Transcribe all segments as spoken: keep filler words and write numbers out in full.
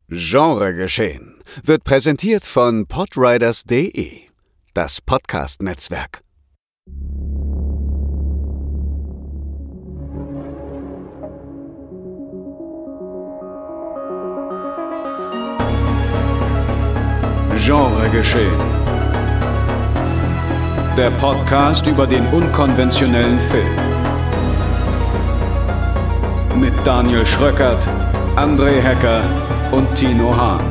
Genregeschehen wird präsentiert von podriders punkt de, das Podcast-Netzwerk. Genregeschehen. Der Podcast über den unkonventionellen Film. Mit Daniel Schröckert, André Hecker und Tino Hahn.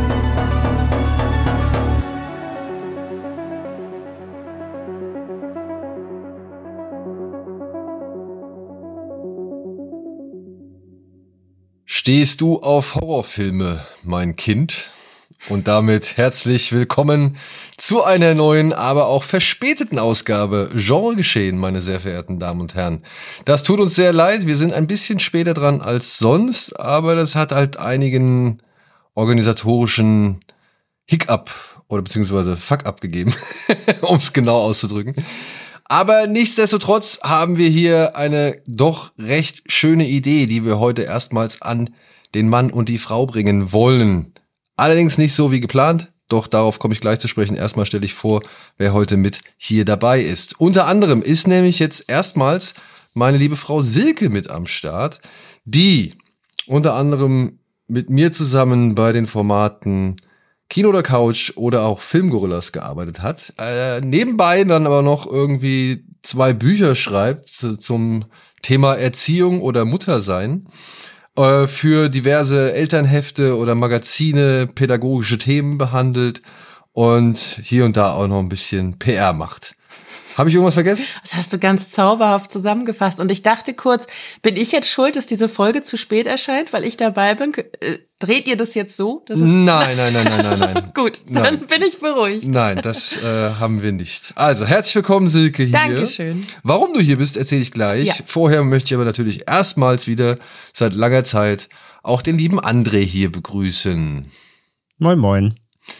Stehst du auf Horrorfilme, mein Kind? Und damit herzlich willkommen zu einer neuen, aber auch verspäteten Ausgabe Genregeschehen, meine sehr verehrten Damen und Herren. Das tut uns sehr leid, wir sind ein bisschen später dran als sonst, aber das hat halt einigen organisatorischen Hiccup oder beziehungsweise Fuck-up gegeben, um es genau auszudrücken. Aber nichtsdestotrotz haben wir hier eine doch recht schöne Idee, die wir heute erstmals an den Mann und die Frau bringen wollen. Allerdings nicht so wie geplant, doch darauf komme ich gleich zu sprechen. Erstmal stelle ich vor, wer heute mit hier dabei ist. Unter anderem ist nämlich jetzt erstmals meine liebe Frau Silke mit am Start, die unter anderem mit mir zusammen bei den Formaten Kino oder Couch oder auch Filmgorillas gearbeitet hat. Äh, nebenbei dann aber noch irgendwie zwei Bücher schreibt zu, zum Thema Erziehung oder Muttersein. Für diverse Elternhefte oder Magazine pädagogische Themen behandelt und hier und da auch noch ein bisschen P R macht. Habe ich irgendwas vergessen? Das hast du ganz zauberhaft zusammengefasst. Und ich dachte kurz, bin ich jetzt schuld, dass diese Folge zu spät erscheint, weil ich dabei bin? Äh, dreht ihr das jetzt so? Das ist nein, nein, nein, nein, nein, nein. Gut, nein. Dann bin ich beruhigt. Nein, das äh, haben wir nicht. Also, herzlich willkommen, Silke, hier. Dankeschön. Warum du hier bist, erzähle ich gleich. Ja. Vorher möchte ich aber natürlich erstmals wieder seit langer Zeit auch den lieben André hier begrüßen. Moin, moin.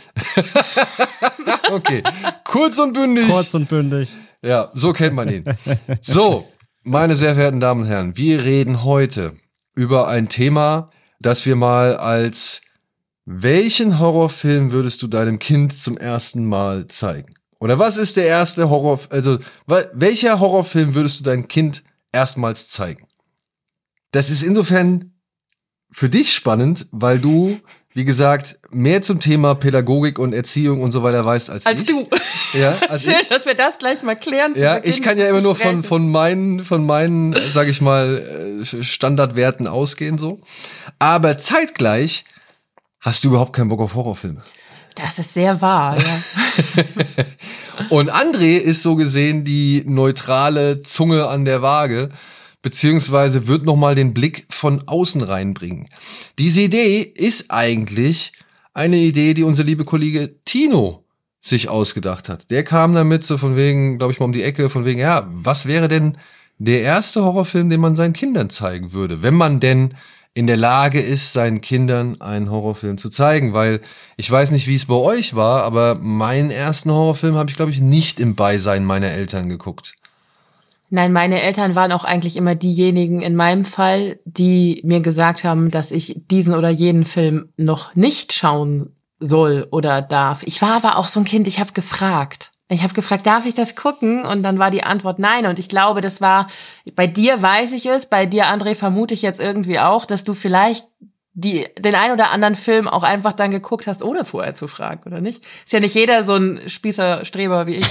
Okay, kurz und bündig. Kurz und bündig. Ja, so kennt man ihn. So, meine sehr verehrten Damen und Herren, wir reden heute über ein Thema, das wir mal als welchen Horrorfilm würdest du deinem Kind zum ersten Mal zeigen? Oder was ist der erste Horror, also welcher Horrorfilm würdest du deinem Kind erstmals zeigen? Das ist insofern für dich spannend, weil du, wie gesagt, mehr zum Thema Pädagogik und Erziehung und so weiter weißt als, als ich. du. Ja, als Schön, ich. dass wir das gleich mal klären. Ja, ich kann ja immer nur von von meinen von meinen, sag ich mal, Standardwerten ausgehen so. Aber zeitgleich hast du überhaupt keinen Bock auf Horrorfilme. Das ist sehr wahr, ja. Und André ist so gesehen die neutrale Zunge an der Waage. Beziehungsweise wird nochmal den Blick von außen reinbringen. Diese Idee ist eigentlich eine Idee, die unser liebe Kollege Tino sich ausgedacht hat. Der kam damit so von wegen, glaube ich mal um die Ecke, von wegen, ja, was wäre denn der erste Horrorfilm, den man seinen Kindern zeigen würde, wenn man denn in der Lage ist, seinen Kindern einen Horrorfilm zu zeigen, weil ich weiß nicht, wie es bei euch war, aber meinen ersten Horrorfilm habe ich, glaube ich, nicht im Beisein meiner Eltern geguckt. Nein, meine Eltern waren auch eigentlich immer diejenigen in meinem Fall, die mir gesagt haben, dass ich diesen oder jenen Film noch nicht schauen soll oder darf. Ich war aber auch so ein Kind, ich habe gefragt. Ich habe gefragt, darf ich das gucken? Und dann war die Antwort nein. Und ich glaube, das war, bei dir weiß ich es, bei dir, André, vermute ich jetzt irgendwie auch, dass du vielleicht die den ein oder anderen Film auch einfach dann geguckt hast, ohne vorher zu fragen, oder nicht? Ist ja nicht jeder so ein Spießer-Streber wie ich.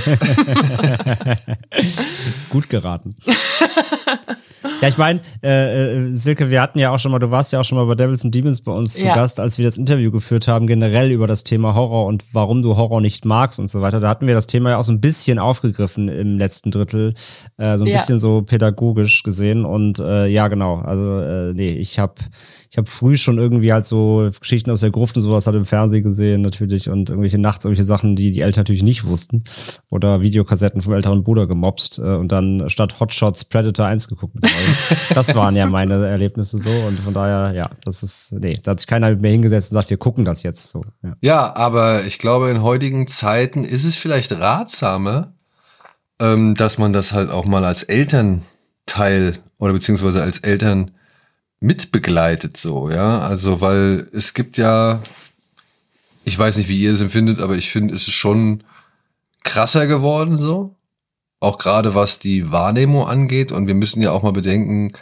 Gut geraten. Ja, ich meine, äh, äh, Silke, wir hatten ja auch schon mal, du warst ja auch schon mal bei Devils and Demons bei uns zu ja. Gast, als wir das Interview geführt haben, generell über das Thema Horror und warum du Horror nicht magst und so weiter. Da hatten wir das Thema ja auch so ein bisschen aufgegriffen im letzten Drittel, äh, so ein ja. bisschen so pädagogisch gesehen und äh, ja, genau, also äh, nee, ich habe Ich habe früh schon irgendwie halt so Geschichten aus der Gruft und sowas halt im Fernsehen gesehen natürlich und irgendwelche nachts irgendwelche Sachen, die die Eltern natürlich nicht wussten oder Videokassetten vom älteren Bruder gemobst äh, und dann statt Hotshots Predator eins geguckt. Das waren ja meine Erlebnisse so und von daher, ja, das ist, nee, da hat sich keiner mit mir hingesetzt und sagt, wir gucken das jetzt so. Ja, ja, aber ich glaube, in heutigen Zeiten ist es vielleicht ratsamer, ähm, dass man das halt auch mal als Elternteil oder beziehungsweise als Eltern mitbegleitet so, ja. Also, weil es gibt ja, ich weiß nicht, wie ihr es empfindet, aber ich finde, es ist schon krasser geworden so. Auch gerade was die Wahrnehmung angeht. Und wir müssen ja auch mal bedenken,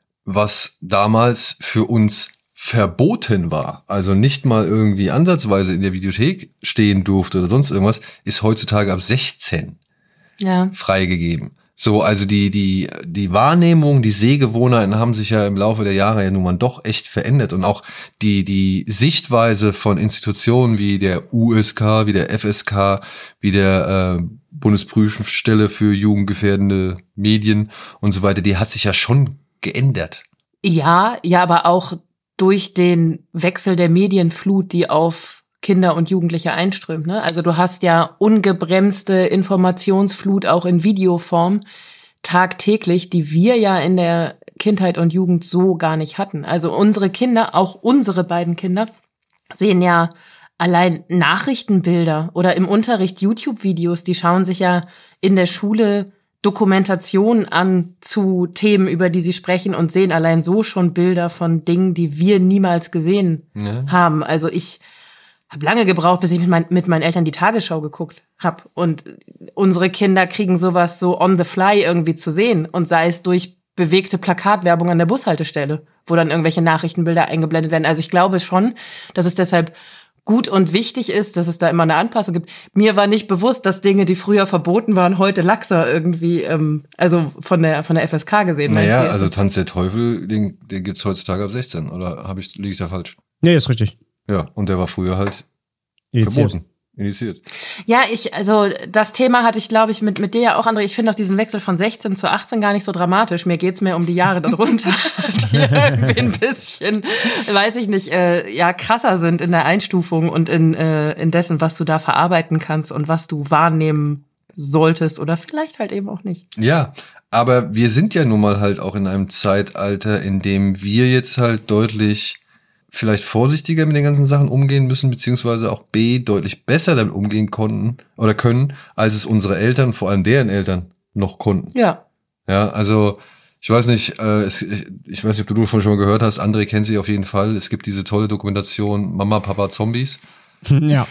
was damals für uns verboten war. Also nicht mal irgendwie ansatzweise in der Videothek stehen durfte oder sonst irgendwas, ist heutzutage ab sechzehn ja. freigegeben. So, also die, die, die Wahrnehmung, die Sehgewohnheiten haben sich ja im Laufe der Jahre ja nun mal doch echt verändert und auch die, die Sichtweise von Institutionen wie der U S K, wie der F S K, wie der äh, Bundesprüfstelle für jugendgefährdende Medien und so weiter, die hat sich ja schon geändert. Ja, ja, aber auch durch den Wechsel der Medienflut, die auf Kinder und Jugendliche einströmt, ne? Also du hast ja ungebremste Informationsflut auch in Videoform tagtäglich, die wir ja in der Kindheit und Jugend so gar nicht hatten. Also unsere Kinder, auch unsere beiden Kinder, sehen ja allein Nachrichtenbilder oder im Unterricht YouTube-Videos, die schauen sich ja in der Schule Dokumentation an zu Themen, über die sie sprechen und sehen allein so schon Bilder von Dingen, die wir niemals gesehen Ja. haben. Also ich habe lange gebraucht, bis ich mit, mein, mit meinen Eltern die Tagesschau geguckt habe. Und unsere Kinder kriegen sowas so on the fly irgendwie zu sehen. Und sei es durch bewegte Plakatwerbung an der Bushaltestelle, wo dann irgendwelche Nachrichtenbilder eingeblendet werden. Also ich glaube schon, dass es deshalb gut und wichtig ist, dass es da immer eine Anpassung gibt. Mir war nicht bewusst, dass Dinge, die früher verboten waren, heute laxer irgendwie, ähm, also von der von der F S K gesehen. Naja, also Tanz der Teufel, den, den gibt's heutzutage ab sechzehn. Oder hab ich, liege ich da falsch? Nee, ist richtig. Ja, und der war früher halt Initiiert. verboten. Initiiert. Ja, ich, also das Thema hatte ich, glaube ich, mit mit dir ja auch, André. Ich finde auch diesen Wechsel von sechzehn zu achtzehn gar nicht so dramatisch. Mir geht's mehr um die Jahre darunter, die irgendwie ein bisschen, weiß ich nicht, äh, ja krasser sind in der Einstufung und in äh, in dessen, was du da verarbeiten kannst und was du wahrnehmen solltest oder vielleicht halt eben auch nicht. Ja, aber wir sind ja nun mal halt auch in einem Zeitalter, in dem wir jetzt halt deutlich vielleicht vorsichtiger mit den ganzen Sachen umgehen müssen, beziehungsweise auch B, deutlich besser damit umgehen konnten oder können, als es unsere Eltern, vor allem deren Eltern, noch konnten. Ja. Ja, also ich weiß nicht, äh, es, ich, ich weiß nicht, ob du davon schon mal gehört hast, André kennt sie auf jeden Fall. Es gibt diese tolle Dokumentation Mama, Papa, Zombies. Ja.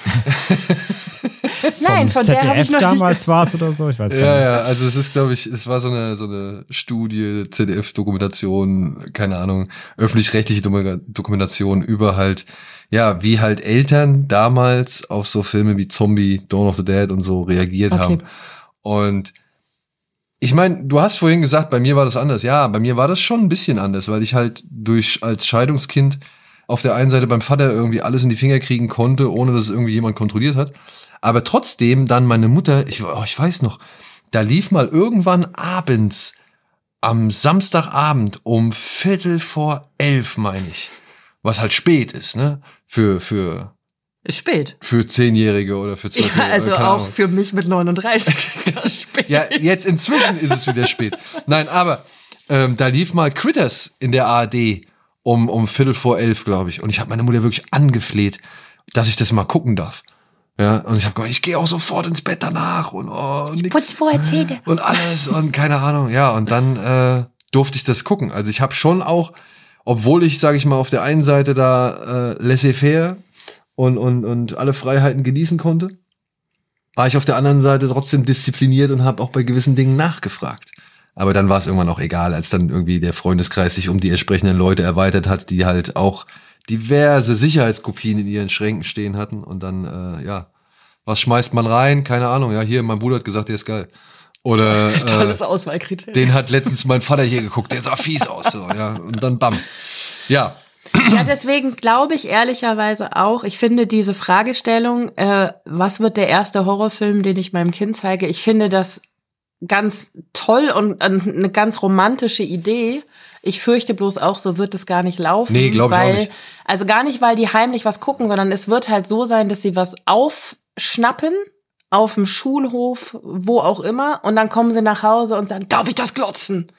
Nein, von der habe ich noch damals war es oder so, ich weiß gar Ja, nicht. ja, also es ist, glaube ich, es war so eine so eine Studie, Z D F-Dokumentation, keine Ahnung, öffentlich-rechtliche Dokumentation über halt, ja, wie halt Eltern damals auf so Filme wie Zombie, Dawn of the Dead und so reagiert Okay. haben. Und ich meine, du hast vorhin gesagt, bei mir war das anders. Ja, bei mir war das schon ein bisschen anders, weil ich halt durch als Scheidungskind auf der einen Seite beim Vater irgendwie alles in die Finger kriegen konnte, ohne dass es irgendwie jemand kontrolliert hat. Aber trotzdem dann meine Mutter, ich, oh, ich weiß noch, da lief mal irgendwann abends, am Samstagabend um Viertel vor elf, meine ich. Was halt spät ist, ne? Für, für, Ist spät. für Zehnjährige oder für Zwölfjährige. Ja, also keine auch Ahnung. für mich mit neununddreißig ist das spät. Ja, jetzt inzwischen ist es wieder spät. Nein, aber ähm, da lief mal Critters in der A R D um um Viertel vor elf, glaube ich. Und ich habe meine Mutter wirklich angefleht, dass ich das mal gucken darf. Ja, und ich habe gesagt, ich gehe auch sofort ins Bett danach und oh, nix. Putz vor, erzähl dir. Und alles und keine Ahnung. Ja, und dann äh, durfte ich das gucken. Also ich habe schon auch, obwohl ich, sage ich mal, auf der einen Seite da äh, laissez-faire und, und, und alle Freiheiten genießen konnte, war ich auf der anderen Seite trotzdem diszipliniert und habe auch bei gewissen Dingen nachgefragt. Aber dann war es irgendwann auch egal, als dann irgendwie der Freundeskreis sich um die entsprechenden Leute erweitert hat, die halt auch diverse Sicherheitskopien in ihren Schränken stehen hatten. Und dann, äh, ja, was schmeißt man rein? Keine Ahnung. Ja, hier, mein Bruder hat gesagt, der ist geil. Oder äh, Tolles Auswahlkriterium. den hat letztens mein Vater hier geguckt, der sah fies aus. So, ja, und dann bam. Ja, Ja, deswegen glaube ich ehrlicherweise auch, ich finde diese Fragestellung, äh, was wird der erste Horrorfilm, den ich meinem Kind zeige, ich finde das ganz toll und eine ganz romantische Idee. Ich fürchte bloß auch, so wird es gar nicht laufen. Nee, glaub ich auch weil, nicht. Also gar nicht, weil die heimlich was gucken, sondern es wird halt so sein, dass sie was aufschnappen auf dem Schulhof, wo auch immer, und dann kommen sie nach Hause und sagen, darf ich das glotzen?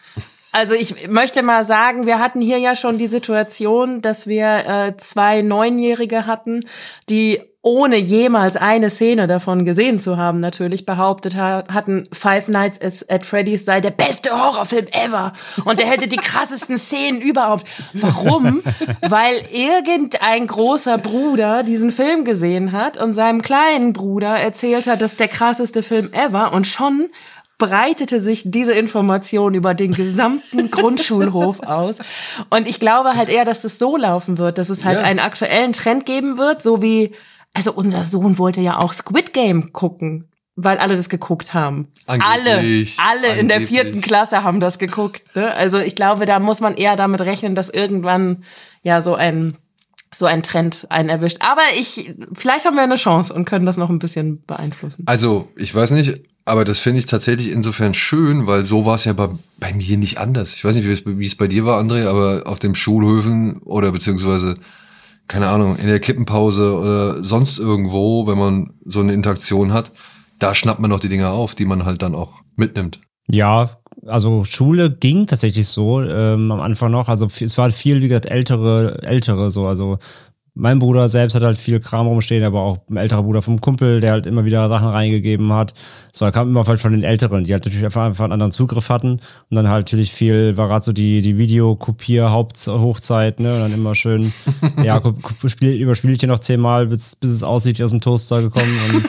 Also ich möchte mal sagen, wir hatten hier ja schon die Situation, dass wir äh, zwei Neunjährige hatten, die ohne jemals eine Szene davon gesehen zu haben, natürlich behauptet ha- hatten, Five Nights at Freddy's sei der beste Horrorfilm ever und der hätte die krassesten Szenen überhaupt. Warum? Weil irgendein großer Bruder diesen Film gesehen hat und seinem kleinen Bruder erzählt hat, das ist der krasseste Film ever, und schon breitete sich diese Information über den gesamten Grundschulhof aus. Und ich glaube halt eher, dass es so laufen wird, dass es halt ja. einen aktuellen Trend geben wird, so wie, also unser Sohn wollte ja auch Squid Game gucken, weil alle das geguckt haben. Angeblich. Alle, alle Angeblich. in der vierten Klasse haben das geguckt. Ne? Also ich glaube, da muss man eher damit rechnen, dass irgendwann ja so ein so ein Trend einen erwischt. Aber ich, vielleicht haben wir eine Chance und können das noch ein bisschen beeinflussen. Also, ich weiß nicht, aber das finde ich tatsächlich insofern schön, weil so war es ja bei, bei mir nicht anders. Ich weiß nicht, wie es, wie es bei dir war, André, aber auf dem Schulhöfen oder beziehungsweise, keine Ahnung, in der Kippenpause oder sonst irgendwo, wenn man so eine Interaktion hat, da schnappt man auch die Dinger auf, die man halt dann auch mitnimmt. Ja, also Schule ging tatsächlich so ähm, am Anfang noch. Also es war viel, wie gesagt, ältere, ältere so. Also mein Bruder selbst hat halt viel Kram rumstehen, aber auch ein älterer Bruder vom Kumpel, der halt immer wieder Sachen reingegeben hat. So, kam immer halt von den Älteren, die halt natürlich einfach, einfach einen anderen Zugriff hatten. Und dann halt natürlich viel, war gerade so die, die Videokopier-Hochzeit, ne? Und dann immer schön, ja, spiel, überspiele ich hier noch zehnmal, bis, bis es aussieht, wie aus dem Toaster gekommen. Und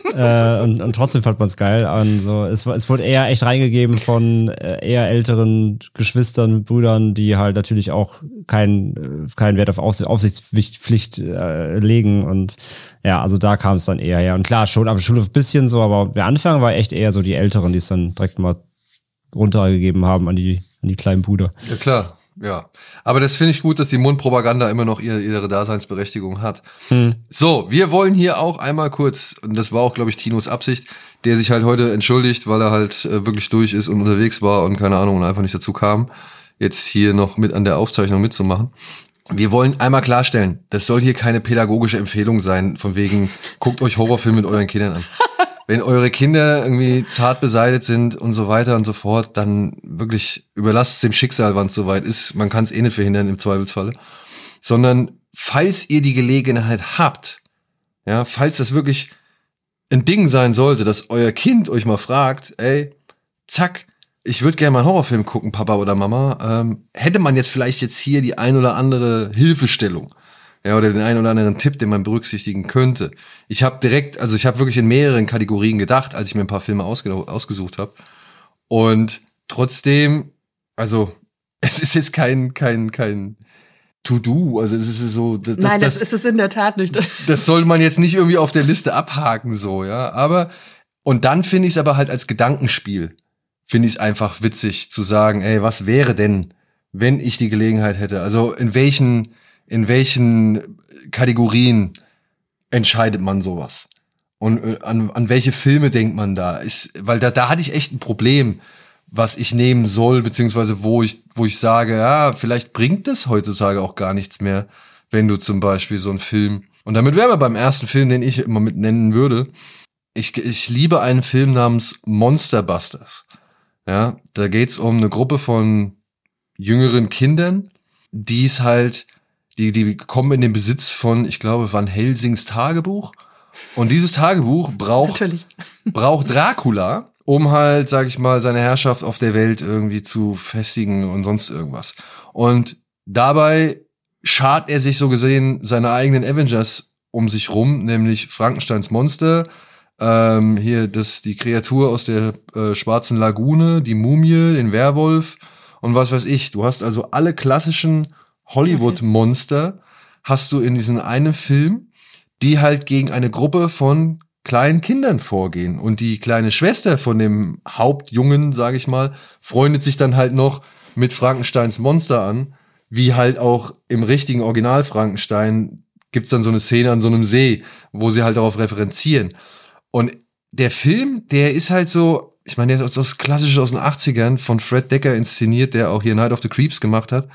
Äh, und, und trotzdem fand man es geil. Also es, es wurde eher echt reingegeben von äh, eher älteren Geschwistern, Brüdern, die halt natürlich auch keinen keinen Wert auf Aufs- Aufsichtspflicht äh, legen. Und ja, also da kam es dann eher her. Und klar, schon auf der Schule ein bisschen so, aber der Anfang war echt eher so die Älteren, die es dann direkt mal runtergegeben haben an die, an die kleinen Brüder. Ja, klar. Ja, aber das finde ich gut, dass die Mundpropaganda immer noch ihre, ihre Daseinsberechtigung hat. Hm. So, wir wollen hier auch einmal kurz, und das war auch, glaube ich, Tinos Absicht, der sich halt heute entschuldigt, weil er halt äh, wirklich durch ist und unterwegs war und keine Ahnung und einfach nicht dazu kam, jetzt hier noch mit an der Aufzeichnung mitzumachen. Wir wollen einmal klarstellen, das soll hier keine pädagogische Empfehlung sein, von wegen, guckt euch Horrorfilme mit euren Kindern an. Wenn eure Kinder irgendwie zart beseitigt sind und so weiter und so fort, dann wirklich überlasst es dem Schicksal, wann es soweit ist. Man kann es eh nicht verhindern im Zweifelsfalle. Sondern falls ihr die Gelegenheit habt, ja, falls das wirklich ein Ding sein sollte, dass euer Kind euch mal fragt, ey, zack, ich würde gerne mal einen Horrorfilm gucken, Papa oder Mama, ähm, hätte man jetzt vielleicht jetzt hier die ein oder andere Hilfestellung. Ja, oder den einen oder anderen Tipp, den man berücksichtigen könnte. Ich habe direkt, also ich habe wirklich in mehreren Kategorien gedacht, als ich mir ein paar Filme ausge- ausgesucht habe. Und trotzdem, also es ist jetzt kein kein kein To-Do, also es ist so. Das, Nein, das, das ist es in der Tat nicht. Das soll man jetzt nicht irgendwie auf der Liste abhaken, so, ja. Aber und dann finde ich es aber halt als Gedankenspiel, finde ich es einfach witzig zu sagen, ey, was wäre denn, wenn ich die Gelegenheit hätte? Also in welchen In welchen Kategorien entscheidet man sowas? Und an, an welche Filme denkt man da? Ist, weil da, da hatte ich echt ein Problem, was ich nehmen soll, beziehungsweise wo ich, wo ich sage, ja, vielleicht bringt das heutzutage auch gar nichts mehr, wenn du zum Beispiel so einen Film, und damit wären wir beim ersten Film, den ich immer mit nennen würde. Ich, ich liebe einen Film namens Monster Busters. Ja, da geht's um eine Gruppe von jüngeren Kindern, die es halt Die, die kommen in den Besitz von, ich glaube, Van Helsings Tagebuch. Und dieses Tagebuch braucht, braucht Dracula, um halt, sag ich mal, seine Herrschaft auf der Welt irgendwie zu festigen und sonst irgendwas. Und dabei schart er sich so gesehen seine eigenen Avengers um sich rum, nämlich Frankensteins Monster, ähm, hier das die Kreatur aus der äh, schwarzen Lagune, die Mumie, den Werwolf und was weiß ich. Du hast also alle klassischen Hollywood-Monster okay. hast du in diesem einen Film, die halt gegen eine Gruppe von kleinen Kindern vorgehen. Und die kleine Schwester von dem Hauptjungen, sage ich mal, freundet sich dann halt noch mit Frankensteins Monster an. Wie halt auch im richtigen Original Frankenstein gibt's dann so eine Szene an so einem See, wo sie halt darauf referenzieren. Und der Film, der ist halt so, ich meine, der ist das Klassische aus den achtzigern von Fred Decker inszeniert, der auch hier Night of the Creeps gemacht hat.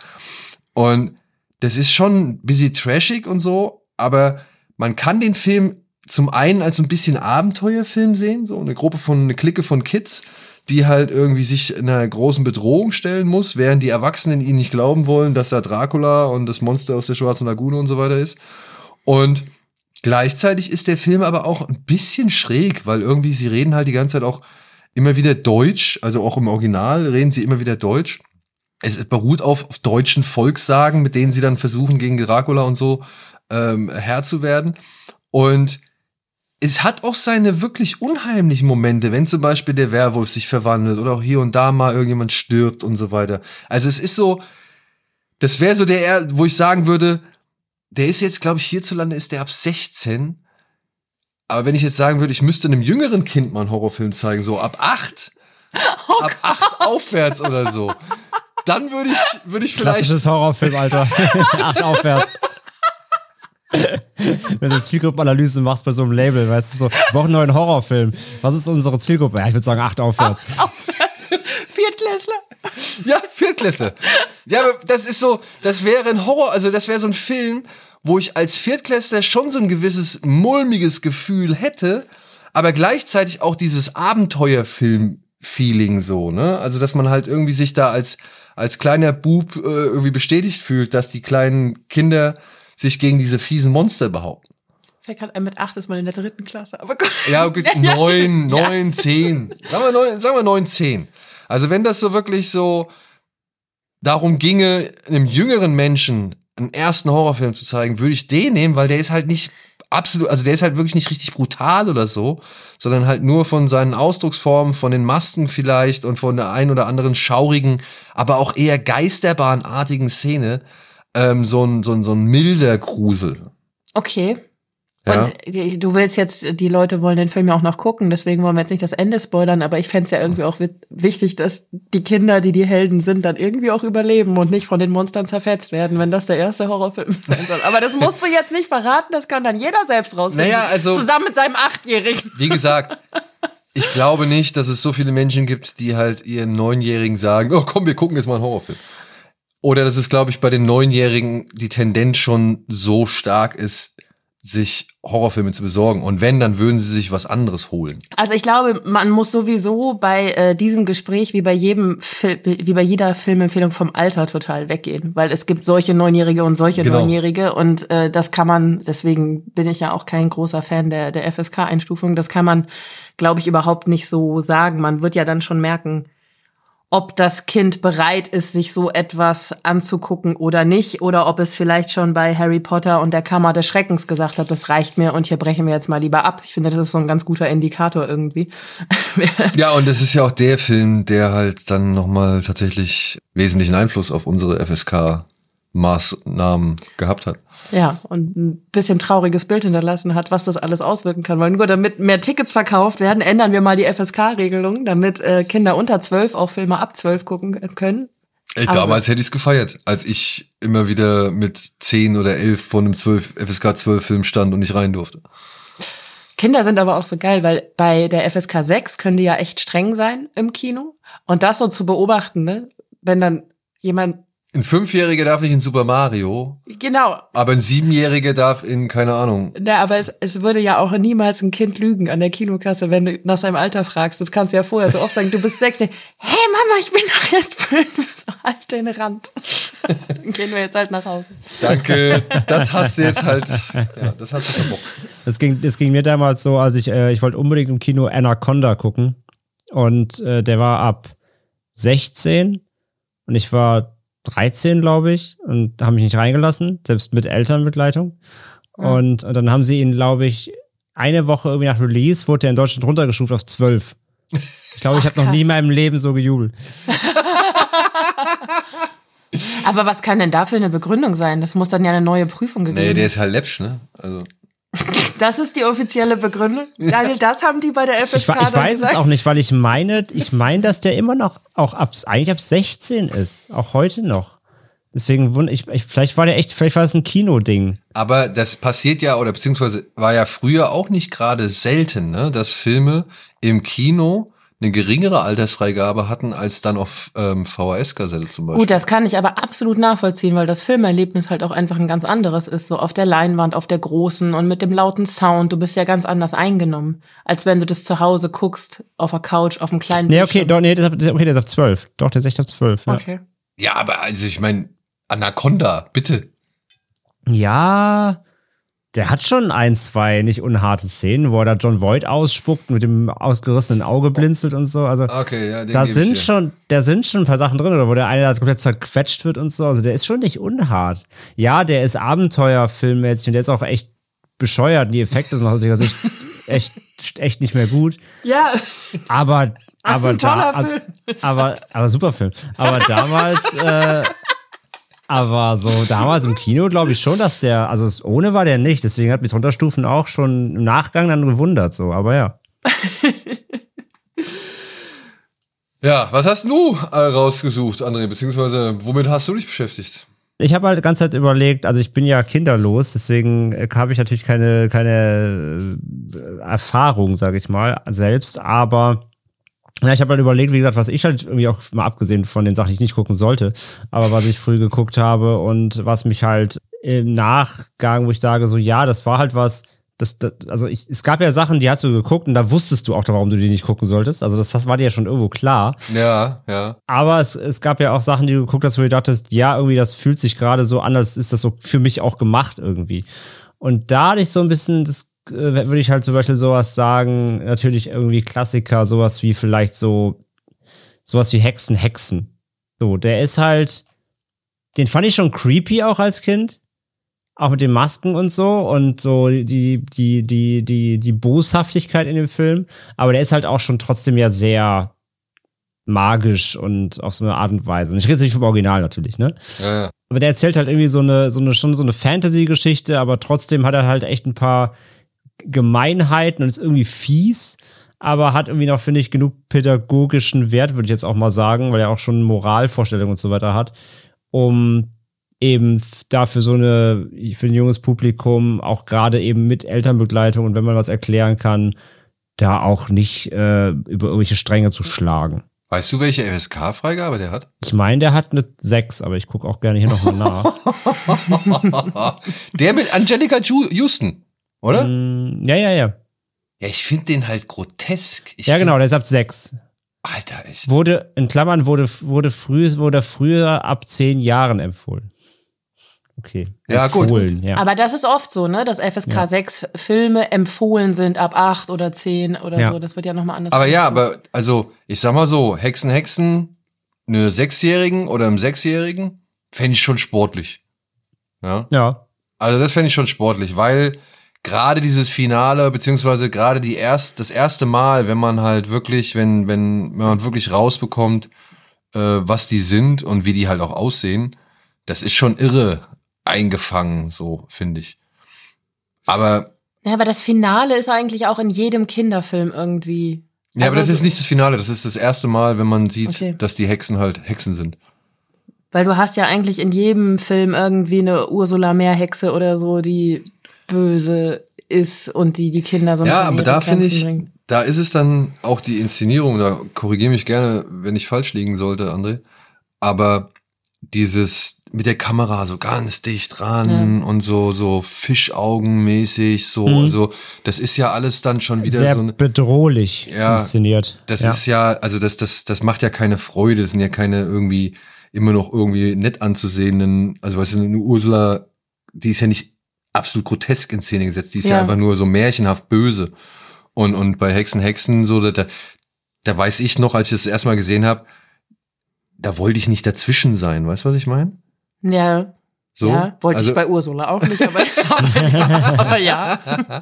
Und das ist schon ein bisschen trashig und so, aber man kann den Film zum einen als ein bisschen Abenteuerfilm sehen, so eine Gruppe von, eine Clique von Kids, die halt irgendwie sich einer großen Bedrohung stellen muss, während die Erwachsenen ihnen nicht glauben wollen, dass da Dracula und das Monster aus der Schwarzen Lagune und so weiter ist. Und gleichzeitig ist der Film aber auch ein bisschen schräg, weil irgendwie sie reden halt die ganze Zeit auch immer wieder Deutsch, also auch im Original reden sie immer wieder Deutsch. Es beruht auf, auf deutschen Volkssagen, mit denen sie dann versuchen, gegen Dracula und so ähm, Herr zu werden. Und es hat auch seine wirklich unheimlichen Momente, wenn zum Beispiel der Werwolf sich verwandelt oder auch hier und da mal irgendjemand stirbt und so weiter. Also es ist so, das wäre so der, wo ich sagen würde, der ist jetzt, glaube ich, hierzulande ist der ab sechzehn. Aber wenn ich jetzt sagen würde, ich müsste einem jüngeren Kind mal einen Horrorfilm zeigen, so ab acht, Oh ab acht aufwärts oder so, dann würde ich, würde ich vielleicht... Klassisches Horrorfilm, Alter. acht aufwärts. Wenn du eine Zielgruppenanalyse machst bei so einem Label, weißt du, so, wir brauchen einen neuen Horrorfilm. Was ist unsere Zielgruppe? Ja, ich würde sagen acht aufwärts. Acht aufwärts. Viertklässler. Ja, Viertklässler. Ja, aber das ist so, das wäre ein Horror, also das wäre so ein Film, wo ich als Viertklässler schon so ein gewisses mulmiges Gefühl hätte, aber gleichzeitig auch dieses Abenteuerfilm-Feeling so, ne? Also, dass man halt irgendwie sich da als, als kleiner Bub äh, irgendwie bestätigt fühlt, dass die kleinen Kinder sich gegen diese fiesen Monster behaupten. Fällt gerade ein, mit acht ist man in der dritten Klasse. Aber gut. Ja, okay, neun, neun, zehn. Sagen wir neun, sagen wir neun, zehn. Also wenn das so wirklich so darum ginge, einem jüngeren Menschen einen ersten Horrorfilm zu zeigen, würde ich den nehmen, weil der ist halt nicht absolut, also der ist halt wirklich nicht richtig brutal oder so, sondern halt nur von seinen Ausdrucksformen, von den Masken vielleicht und von der ein oder anderen schaurigen, aber auch eher geisterbahnartigen Szene, ähm, so ein, so ein, so ein milder Grusel. Okay. Ja. Und die, du willst jetzt, die Leute wollen den Film ja auch noch gucken, deswegen wollen wir jetzt nicht das Ende spoilern, aber ich fände es ja irgendwie auch wichtig, dass die Kinder, die die Helden sind, dann irgendwie auch überleben und nicht von den Monstern zerfetzt werden, wenn das der erste Horrorfilm sein soll. Aber das musst du jetzt nicht verraten, das kann dann jeder selbst rausfinden. Naja, also, zusammen mit seinem Achtjährigen. Wie gesagt, ich glaube nicht, dass es so viele Menschen gibt, die halt ihren Neunjährigen sagen, oh komm, wir gucken jetzt mal einen Horrorfilm. Oder dass es, glaube ich, bei den Neunjährigen die Tendenz schon so stark ist, sich Horrorfilme zu besorgen. Und wenn, dann würden sie sich was anderes holen. Also ich glaube, man muss sowieso bei äh, diesem Gespräch wie bei jedem Fil- wie bei jeder Filmempfehlung vom Alter total weggehen, weil es gibt solche Neunjährige und solche Genau. Neunjährige und äh, das kann man, deswegen bin ich ja auch kein großer Fan der der F S K-Einstufung, das kann man, glaube ich, überhaupt nicht so sagen. Man wird ja dann schon merken, ob das Kind bereit ist, sich so etwas anzugucken oder nicht, oder ob es vielleicht schon bei Harry Potter und der Kammer des Schreckens gesagt hat, das reicht mir und hier brechen wir jetzt mal lieber ab. Ich finde, das ist so ein ganz guter Indikator irgendwie. Ja, und das ist ja auch der Film, der halt dann nochmal tatsächlich wesentlichen Einfluss auf unsere F S K-Maßnahmen gehabt hat. Ja, und ein bisschen trauriges Bild hinterlassen hat, was das alles auswirken kann. Weil nur damit mehr Tickets verkauft werden, ändern wir mal die F S K-Regelung, damit äh, Kinder unter zwölf auch Filme ab zwölf gucken können. Ey, Aber damals hätte ich es gefeiert, als ich immer wieder mit zehn oder elf von einem zwölf F S K zwölf Film stand und nicht rein durfte. Kinder sind aber auch so geil, weil bei der F S K sechs können die ja echt streng sein im Kino. Und das so zu beobachten, ne, wenn dann jemand... Ein Fünfjähriger darf nicht in Super Mario. Genau. Aber ein Siebenjähriger darf in, keine Ahnung. Ja, aber es, es würde ja auch niemals ein Kind lügen an der Kinokasse, wenn du nach seinem Alter fragst. Du kannst ja vorher so oft sagen, du bist sechs. Hey Mama, ich bin doch erst fünf. So, halt den Rand. Dann gehen wir jetzt halt nach Hause. Danke. Das hast du jetzt halt, ja, das hast du verbockt. Das ging, das ging mir damals so, als ich, äh, ich wollte unbedingt im Kino Anaconda gucken. Und äh, der war ab sechzehn und ich war dreizehn, glaube ich, und haben mich nicht reingelassen, selbst mit Elternbegleitung. Mhm. Und, und dann haben sie ihn, glaube ich, eine Woche irgendwie nach Release, wurde er in Deutschland runtergestuft auf zwölf. Ich glaube, ich habe noch nie in meinem Leben so gejubelt. Aber was kann denn da für eine Begründung sein? Das muss dann ja eine neue Prüfung gegeben. Nee, der ist halt läppsch, ne? Also. Das ist die offizielle Begründung? Daniel, das haben die bei der F S K Ich, ich weiß gesagt? es auch nicht, weil ich meine, ich meine, dass der immer noch auch ab, eigentlich ab sechzehn ist. Auch heute noch. Deswegen wund ich, ich, vielleicht war der echt, vielleicht war das ein Kinoding. Aber das passiert ja, oder beziehungsweise war ja früher auch nicht gerade selten, ne, dass Filme im Kino eine geringere Altersfreigabe hatten als dann auf ähm, V H S-Kassette zum Beispiel. Gut, das kann ich aber absolut nachvollziehen, weil das Filmerlebnis halt auch einfach ein ganz anderes ist. So auf der Leinwand, auf der großen und mit dem lauten Sound. Du bist ja ganz anders eingenommen, als wenn du das zu Hause guckst, auf der Couch, auf dem kleinen Nee, okay, Bildschirm. doch, nee, das, okay, der ist ab zwölf. Doch, der ist echt ab zwölf. Ja. Okay. Ja, aber also ich meine, Anaconda, bitte. Ja, der hat schon ein, zwei nicht unharte Szenen, wo er da John Voight ausspuckt, mit dem ausgerissenen Auge blinzelt und so. Also Okay, ja, den da geb ich sind dir. schon, da sind schon ein paar Sachen drin, oder wo der eine da komplett zerquetscht wird und so. Also der ist schon nicht unhart. Ja, der ist abenteuerfilmmäßig und der ist auch echt bescheuert. Die Effekte sind aus heutiger Sicht echt, echt nicht mehr gut. Ja, Aber, aber, ein toller da, also, Film. aber, aber super Film. Aber damals, äh, aber so damals im Kino glaube ich schon, dass der, also es- ohne war der nicht. Deswegen hat mich Runterstufen auch schon im Nachgang dann gewundert, so. Aber ja. Ja, was hast du äh, rausgesucht, André? Beziehungsweise, womit hast du dich beschäftigt? Ich habe halt die ganze Zeit überlegt, also ich bin ja kinderlos, deswegen äh, habe ich natürlich keine, keine äh, Erfahrung, sage ich mal, selbst, aber ja, ich habe halt überlegt, wie gesagt, was ich halt irgendwie auch mal abgesehen von den Sachen, die ich nicht gucken sollte, aber was ich früh geguckt habe und was mich halt im Nachgang, wo ich sage, so ja, das war halt was, das, das also ich, es gab ja Sachen, die hast du geguckt und da wusstest du auch, warum du die nicht gucken solltest, also das, das war dir ja schon irgendwo klar. Ja, ja. Aber es, es gab ja auch Sachen, die du geguckt hast, wo du dachtest, ja, irgendwie, das fühlt sich gerade so an, als ist das so für mich auch gemacht irgendwie. Und da hatte ich so ein bisschen, das äh, würde ich halt zum Beispiel sowas sagen, natürlich irgendwie Klassiker, sowas wie vielleicht so, sowas wie Hexen, Hexen. So, der ist halt, den fand ich schon creepy auch als Kind. Auch mit den Masken und so und so die, die, die, die, die Boshaftigkeit in dem Film. Aber der ist halt auch schon trotzdem ja sehr magisch und auf so eine Art und Weise. Und ich rede jetzt nicht vom Original natürlich, ne? ja, ja. Aber der erzählt halt irgendwie so eine, so eine, schon so eine Fantasy-Geschichte, aber trotzdem hat er halt echt ein paar Gemeinheiten und ist irgendwie fies, aber hat irgendwie noch, finde ich, genug pädagogischen Wert, würde ich jetzt auch mal sagen, weil er auch schon Moralvorstellungen und so weiter hat, um eben dafür so eine, für ein junges Publikum, auch gerade eben mit Elternbegleitung und wenn man was erklären kann, da auch nicht äh, über irgendwelche Stränge zu schlagen. Weißt du, welche F S K-Freigabe der hat? Ich meine, der hat eine sechs, aber ich gucke auch gerne hier nochmal nach. Der mit Angelica Ju- Houston, oder? Mm, ja, ja, ja. Ja, ich finde den halt grotesk. Ich Ja, find- genau, der ist ab sechs. Alter, echt. Wurde, in Klammern, wurde, wurde, früh, wurde früher ab zehn Jahren empfohlen. Okay. Ja, gut. Empfohlen, ja. Aber das ist oft so, ne, dass F S K Ja. sechs Filme empfohlen sind ab acht oder zehn oder Ja. so. Das wird ja nochmal anders. Aber ja, eingestuft. aber, also, ich sag mal so, Hexen, Hexen, eine Sechsjährigen oder einem Sechsjährigen, fände ich schon sportlich. Ja. Ja. Also das fände ich schon sportlich, weil gerade dieses Finale, beziehungsweise gerade die erst, das erste Mal, wenn man halt wirklich, wenn, wenn, wenn man wirklich rausbekommt, äh, was die sind und wie die halt auch aussehen, das ist schon irre eingefangen, so, finde ich. Aber, Ja, aber das Finale ist eigentlich auch in jedem Kinderfilm irgendwie. ja, aber Also das ist so- nicht das Finale, das ist das erste Mal, wenn man sieht, Okay. dass die Hexen halt Hexen sind. Weil du hast ja eigentlich in jedem Film irgendwie eine Ursula Meerhexe oder so, die böse ist und die die Kinder so ein Ja, bisschen aber in da ihre finde Grenzen ich, bringt. da ist es dann auch die Inszenierung, da korrigiere mich gerne, wenn ich falsch liegen sollte, André, aber dieses mit der Kamera so ganz dicht dran und so so Fischaugenmäßig, so, Mhm. also das ist ja alles dann schon wieder Sehr so eine, bedrohlich Ja, inszeniert. das ja. ist ja, also das, das, das macht ja keine Freude, das sind ja keine irgendwie immer noch irgendwie nett anzusehenden, also weißt du, eine Ursula, die ist ja nicht absolut grotesk in Szene gesetzt, die ist ja, Ja. einfach nur so märchenhaft böse. Und, und bei Hexen, Hexen, so, da, da weiß ich noch, als ich das erstmal gesehen habe, da wollte ich nicht dazwischen sein, weißt du, was ich meine? Ja, So? ja, wollte also, ich bei Ursula auch nicht, aber, aber ja.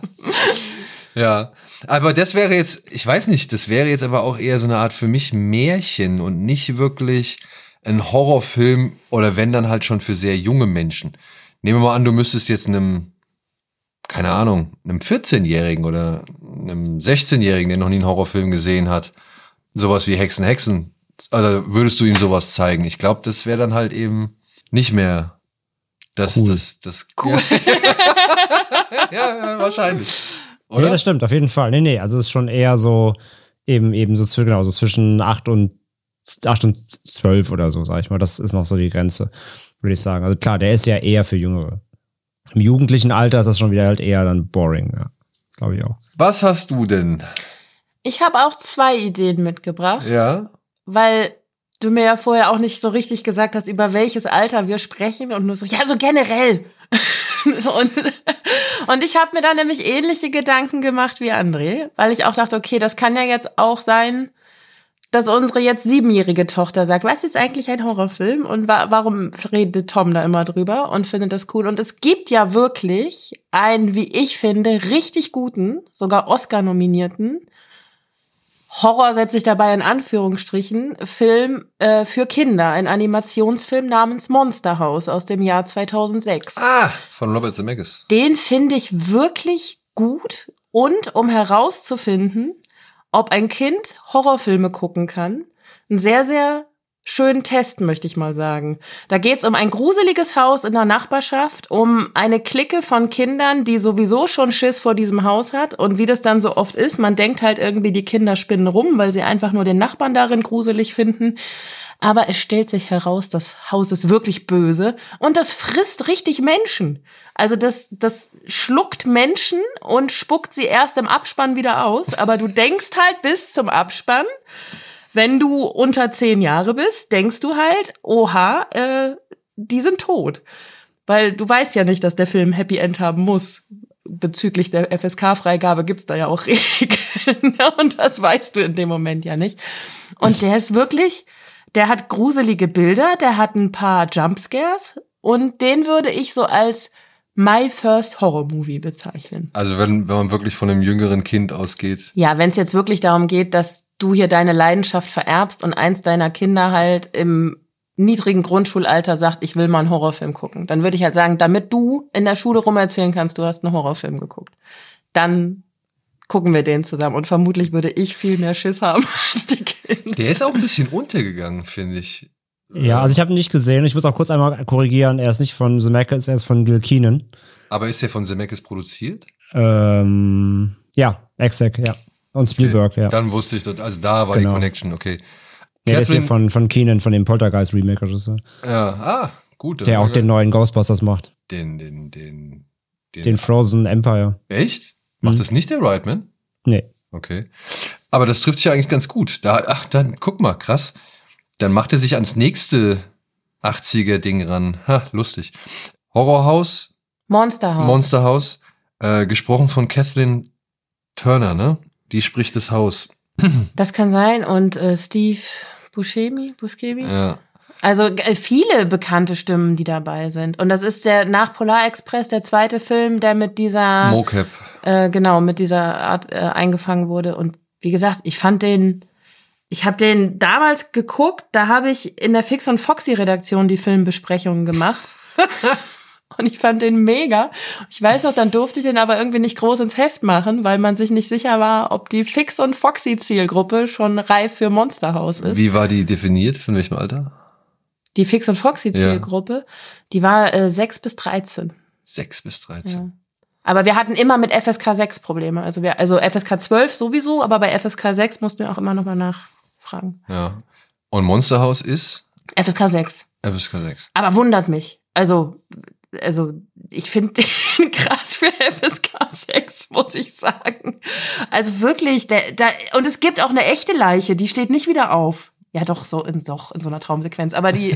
Ja, aber das wäre jetzt, ich weiß nicht, das wäre jetzt aber auch eher so eine Art für mich Märchen und nicht wirklich ein Horrorfilm oder wenn dann halt schon für sehr junge Menschen. Nehmen wir mal an, du müsstest jetzt einem, keine Ahnung, einem vierzehnjährigen oder einem sechzehnjährigen, der noch nie einen Horrorfilm gesehen hat, sowas wie Hexen, Hexen, also würdest du ihm sowas zeigen? Ich glaube, das wäre dann halt eben nicht mehr das, Cool. das, das, cool. ja, ja, wahrscheinlich. Ja, Oder? das stimmt, auf jeden Fall. Nee, nee, also es ist schon eher so, Eben, eben so, zw- genau, so zwischen acht und acht und zwölf oder so, sag ich mal. Das ist noch so die Grenze, würde ich sagen. Also klar, der ist ja eher für Jüngere. Im jugendlichen Alter ist das schon wieder halt eher dann boring, ja. Das glaube ich auch. Was hast du denn? Ich habe auch zwei Ideen mitgebracht, Ja? weil du mir ja vorher auch nicht so richtig gesagt hast, über welches Alter wir sprechen und nur so, ja, so generell. und, und ich habe mir da nämlich ähnliche Gedanken gemacht wie André, weil ich auch dachte, okay, das kann ja jetzt auch sein, dass unsere jetzt siebenjährige Tochter sagt, was ist eigentlich ein Horrorfilm und wa- warum redet Tom da immer drüber und findet das cool? Und es gibt ja wirklich einen, wie ich finde, richtig guten, sogar Oscar-nominierten, Horror setze ich dabei in Anführungsstrichen, Film äh, für Kinder, ein Animationsfilm namens Monster House aus dem Jahr zweitausendsechs. Ah, von Robert Zemeckis. Den finde ich wirklich gut und um herauszufinden, ob ein Kind Horrorfilme gucken kann, ein sehr, sehr schönen Test, möchte ich mal sagen. Da geht's um ein gruseliges Haus in der Nachbarschaft, um eine Clique von Kindern, die sowieso schon Schiss vor diesem Haus hat. Und wie das dann so oft ist, man denkt halt irgendwie, die Kinder spinnen rum, weil sie einfach nur den Nachbarn darin gruselig finden. Aber es stellt sich heraus, das Haus ist wirklich böse und das frisst richtig Menschen. Also das, das schluckt Menschen und spuckt sie erst im Abspann wieder aus. Aber du denkst halt bis zum Abspann, wenn du unter zehn Jahre bist, denkst du halt, oha, äh, die sind tot. Weil du weißt ja nicht, dass der Film Happy End haben muss. Bezüglich der F S K-Freigabe gibt's da ja auch Regeln. Und das weißt du in dem Moment ja nicht. Und der ist wirklich, der hat gruselige Bilder, der hat ein paar Jumpscares. Und den würde ich so als My First Horror Movie bezeichnen. Also wenn, wenn man wirklich von einem jüngeren Kind ausgeht. Ja, wenn es jetzt wirklich darum geht, dass du hier deine Leidenschaft vererbst und eins deiner Kinder halt im niedrigen Grundschulalter sagt, ich will mal einen Horrorfilm gucken, dann würde ich halt sagen, damit du in der Schule rum erzählen kannst, du hast einen Horrorfilm geguckt, dann gucken wir den zusammen. Und vermutlich würde ich viel mehr Schiss haben als die Kinder. Der ist auch ein bisschen untergegangen, finde ich. Ja, also ich habe ihn nicht gesehen. Ich muss auch kurz einmal korrigieren. Er ist nicht von Zemeckis, er ist von Gil Kenan. Aber ist der von Zemeckis produziert? Ähm, ja, exakt, ja. Und Spielberg, okay. ja. Dann wusste ich das. Also da war Genau. die Connection, okay. Ja, der ist hier von, von Kenan, von dem Poltergeist-Remake-Regisseur. Ja, ah, gut. Der auch den neuen Ghostbusters macht. Den, den, den, den. Den Frozen Empire. Echt? Macht Mhm. das nicht der Reitman? Nee. Okay. Aber das trifft sich ja eigentlich ganz gut. Da, ach, dann, guck mal, krass. Dann macht er sich ans nächste achtziger-Ding ran. Ha, lustig. Horrorhaus. Monster House. Monster House. Äh, gesprochen von Kathleen Turner, ne? Die spricht das Haus. Das kann sein. Und äh, Steve Buscemi, Buscemi? Ja. Also äh, viele bekannte Stimmen, die dabei sind. Und das ist der nach Polar Express, der zweite Film, der mit dieser Mocap. äh, genau, mit dieser Art äh, eingefangen wurde. Und wie gesagt, ich fand den, ich habe den damals geguckt, da habe ich in der Fix und Foxy Redaktion die Filmbesprechungen gemacht. Und ich fand den mega. Ich weiß noch, dann durfte ich den aber irgendwie nicht groß ins Heft machen, weil man sich nicht sicher war, ob die Fix und Foxy Zielgruppe schon reif für Monster House ist. Wie war die definiert? Von welchem Alter? Die Fix und Foxy Zielgruppe, ja. Die war äh, sechs bis dreizehn. sechs bis dreizehn. Ja. Aber wir hatten immer mit F S K sechs Probleme. Also wir, also F S K zwölf sowieso, aber bei F S K sechs mussten wir auch immer noch mal nachfragen. Ja. Und Monster House ist? F S K sechs. F S K sechs. Aber wundert mich. Also, also ich finde den krass für F S K sechs, muss ich sagen. Also wirklich, der, der, und es gibt auch eine echte Leiche, die steht nicht wieder auf. Ja, doch, so in, doch, in so einer Traumsequenz. Aber die.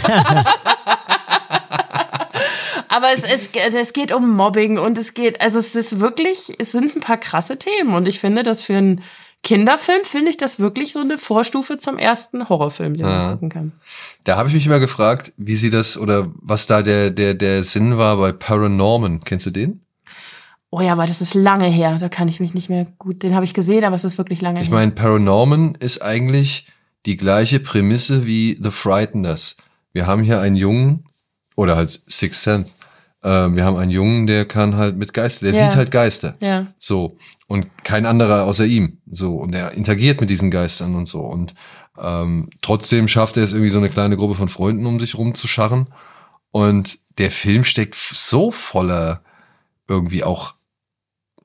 Aber es, es, es geht um Mobbing und es geht, also es ist wirklich, es sind ein paar krasse Themen. Und ich finde, dass für einen Kinderfilm, finde ich das wirklich so eine Vorstufe zum ersten Horrorfilm, den man ja. gucken kann. Da habe ich mich immer gefragt, wie sie das oder was da der, der, der Sinn war bei Paranorman. Kennst du den? Oh ja, aber das ist lange her. Da kann ich mich nicht mehr gut, den habe ich gesehen, aber es ist wirklich lange ich her. Ich meine, Paranorman ist eigentlich die gleiche Prämisse wie The Frighteners. Wir haben hier einen Jungen, oder halt Sixth Sense, äh, wir haben einen Jungen, der kann halt mit Geistern, der ja. sieht halt Geister. Ja. So. Und kein anderer außer ihm. So. Und er interagiert mit diesen Geistern und so. Und ähm, trotzdem schafft er es irgendwie so eine kleine Gruppe von Freunden um sich rumzuscharren. Und der Film steckt so voller irgendwie auch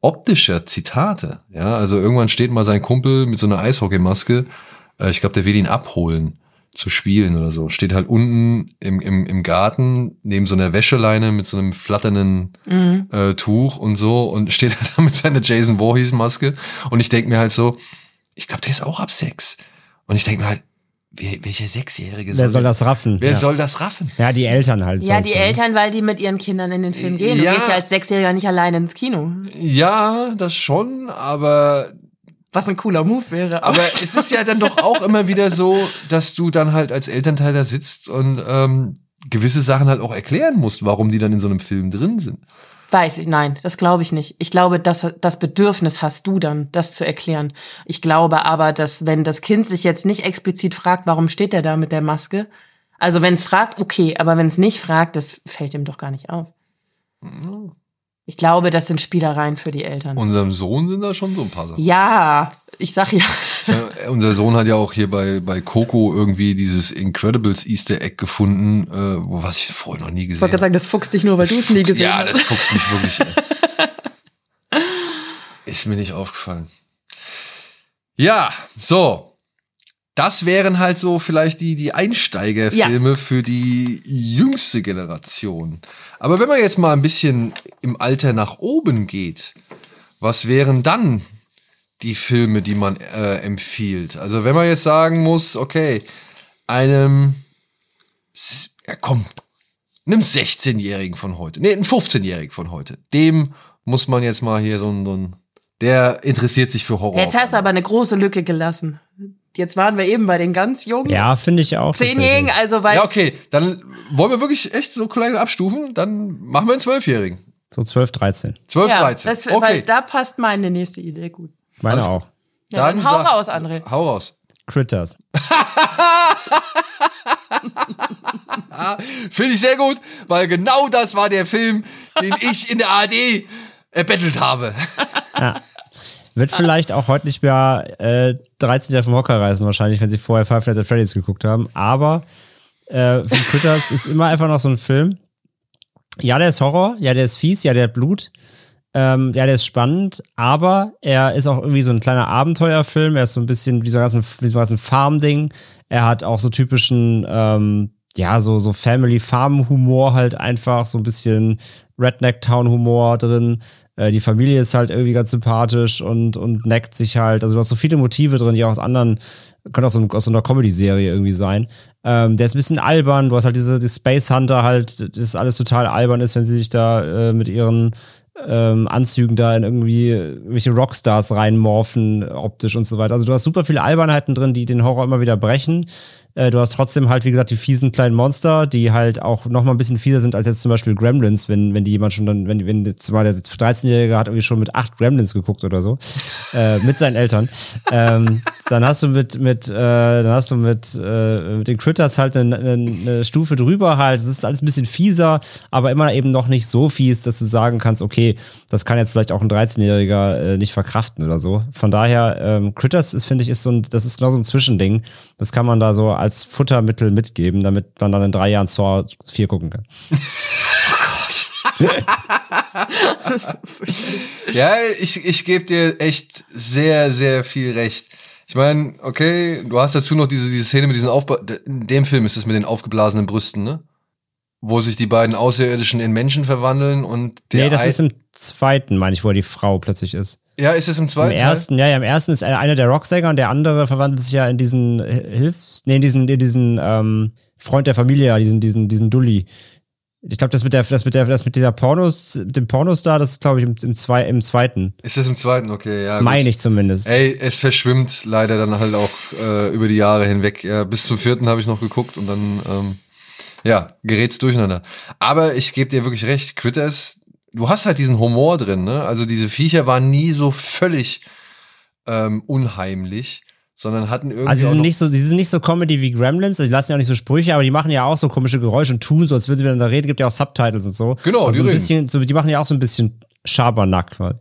optischer Zitate. Ja, also irgendwann steht mal sein Kumpel mit so einer Eishockeymaske. Äh, ich glaube, der will ihn abholen zu spielen oder so. Steht halt unten im, im, im Garten neben so einer Wäscheleine mit so einem flatternden mhm. äh, Tuch und so und steht halt da mit seiner Jason Voorhees Maske. Und ich denke mir halt so, ich glaube, der ist auch ab sechs. Und ich denke mir halt, Wer, welcher Sechsjährige Wer soll, soll das raffen? Wer ja. soll das raffen? Ja, die Eltern halt. Ja, die Eltern, weil die mit ihren Kindern in den Film gehen. Du ja. gehst ja als Sechsjähriger nicht alleine ins Kino. Ja, das schon, aber... Was ein cooler Move wäre. Aber es ist ja dann doch auch immer wieder so, dass du dann halt als Elternteil da sitzt und ähm, gewisse Sachen halt auch erklären musst, warum die dann in so einem Film drin sind. Weiß ich, nein, das glaube ich nicht. Ich glaube, das, das Bedürfnis hast du dann, das zu erklären. Ich glaube aber, dass wenn das Kind sich jetzt nicht explizit fragt, warum steht er da mit der Maske? Also wenn es fragt, okay, aber wenn es nicht fragt, das fällt ihm doch gar nicht auf. Ich glaube, das sind Spielereien für die Eltern. Unserem Sohn sind da schon so ein paar Sachen. Ja, ich sag ja. ja. Unser Sohn hat ja auch hier bei, bei Coco irgendwie dieses Incredibles Easter Egg gefunden, äh, wo was ich vorher noch nie gesehen habe. Ich wollte gerade sagen, das fuchst dich nur, weil du es nie gesehen ja, hast. Ja, das fuchst mich wirklich. Ist mir nicht aufgefallen. Ja, so. Das wären halt so vielleicht die, die Einsteigerfilme ja. für die jüngste Generation. Aber wenn man jetzt mal ein bisschen im Alter nach oben geht, was wären dann die Filme, die man äh, empfiehlt? Also wenn man jetzt sagen muss, okay, einem, ja komm, einem sechzehnjährigen von heute, nee, einem fünfzehnjährigen von heute, dem muss man jetzt mal hier so ein, so ein der interessiert sich für Horror. Jetzt hast du aber eine große Lücke gelassen. Jetzt waren wir eben bei den ganz Jungen. Ja, finde ich auch. Zehnjährigen, also weil. Ja, okay, dann wollen wir wirklich echt so klein abstufen, dann machen wir einen Zwölfjährigen. So zwölf, dreizehn. zwölf, ja, dreizehn. Das, okay. Weil da passt meine nächste Idee gut. Meine Alles auch. Ja, dann, dann hau sag, raus, André. Hau raus. Critters. Finde ich sehr gut, weil genau das war der Film, den ich in der A R D erbettelt habe. Ja. Wird vielleicht auch heute nicht mehr äh, dreizehn vom Hocker reißen, wahrscheinlich, wenn sie vorher Five Nights at Freddy's geguckt haben. Aber äh, für Critters ist immer einfach noch so ein Film. Ja, der ist Horror, ja, der ist fies, ja, der hat Blut. Ähm, ja, der ist spannend, aber er ist auch irgendwie so ein kleiner Abenteuerfilm. Er ist so ein bisschen wie so ein, wie so ein Farm-Ding. Er hat auch so typischen, ähm, ja, so, so Family-Farm-Humor halt einfach, so ein bisschen Redneck-Town-Humor drin. Die Familie ist halt irgendwie ganz sympathisch und, und neckt sich halt. Also du hast so viele Motive drin, die auch aus anderen, können auch so, aus so einer Comedy-Serie irgendwie sein. Ähm, der ist ein bisschen albern. Du hast halt diese die Space Hunter halt, das alles total albern ist, wenn sie sich da äh, mit ihren ähm, Anzügen da in irgendwie irgendwelche Rockstars reinmorphen, optisch und so weiter. Also du hast super viele Albernheiten drin, die den Horror immer wieder brechen. Du hast trotzdem halt, wie gesagt, die fiesen kleinen Monster, die halt auch noch mal ein bisschen fieser sind als jetzt zum Beispiel Gremlins, wenn, wenn die jemand schon dann, wenn, wenn jetzt mal der dreizehnjährige hat irgendwie schon mit acht Gremlins geguckt oder so, äh, mit seinen Eltern. ähm, dann hast du mit, mit, äh, dann hast du mit, äh, mit den Critters halt eine, eine, eine Stufe drüber halt. Es ist alles ein bisschen fieser, aber immer eben noch nicht so fies, dass du sagen kannst, okay, das kann jetzt vielleicht auch ein dreizehnjähriger äh, nicht verkraften oder so. Von daher, ähm, Critters ist, finde ich, ist so ein, das ist genau so ein Zwischending. Das kann man da so als Futtermittel mitgeben, damit man dann in drei Jahren Saw vier gucken kann. Oh Gott. Ja, ich, ich gebe dir echt sehr, sehr viel recht. Ich meine, okay, du hast dazu noch diese, diese Szene mit diesen Aufbla- in dem Film ist es mit den aufgeblasenen Brüsten, ne? Wo sich die beiden Außerirdischen in Menschen verwandeln und der Nee, das Ei- ist im zweiten, meine ich, wo die Frau plötzlich ist. Ja, ist es im zweiten Im ersten, ja, ja, im ersten ist einer der Rocksänger und der andere verwandelt sich ja in diesen Hilfs-, nee, in diesen, in diesen ähm, Freund der Familie, diesen, diesen, diesen Dulli. Ich glaube, das mit der, das mit der, das mit dieser Pornos, mit dem Pornostar, das ist, glaube ich, im, im, zwei, im zweiten. Ist das im zweiten? Okay, ja. Meine ich zumindest. Ey, es verschwimmt leider dann halt auch äh, über die Jahre hinweg. Ja, bis zum vierten habe ich noch geguckt und dann, ähm, ja, gerät's durcheinander. Aber ich gebe dir wirklich recht, Critters, du hast halt diesen Humor drin, ne? Also diese Viecher waren nie so völlig ähm, unheimlich, sondern hatten irgendwie. Also sie auch sind noch nicht so, sie sind nicht so Comedy wie Gremlins, die lassen ja auch nicht so Sprüche, aber die machen ja auch so komische Geräusche und tun so, als würden sie miteinander reden, gibt ja auch Subtitles und so. Genau, also die ein reden. bisschen, so, die machen ja auch so ein bisschen Schabernack quasi.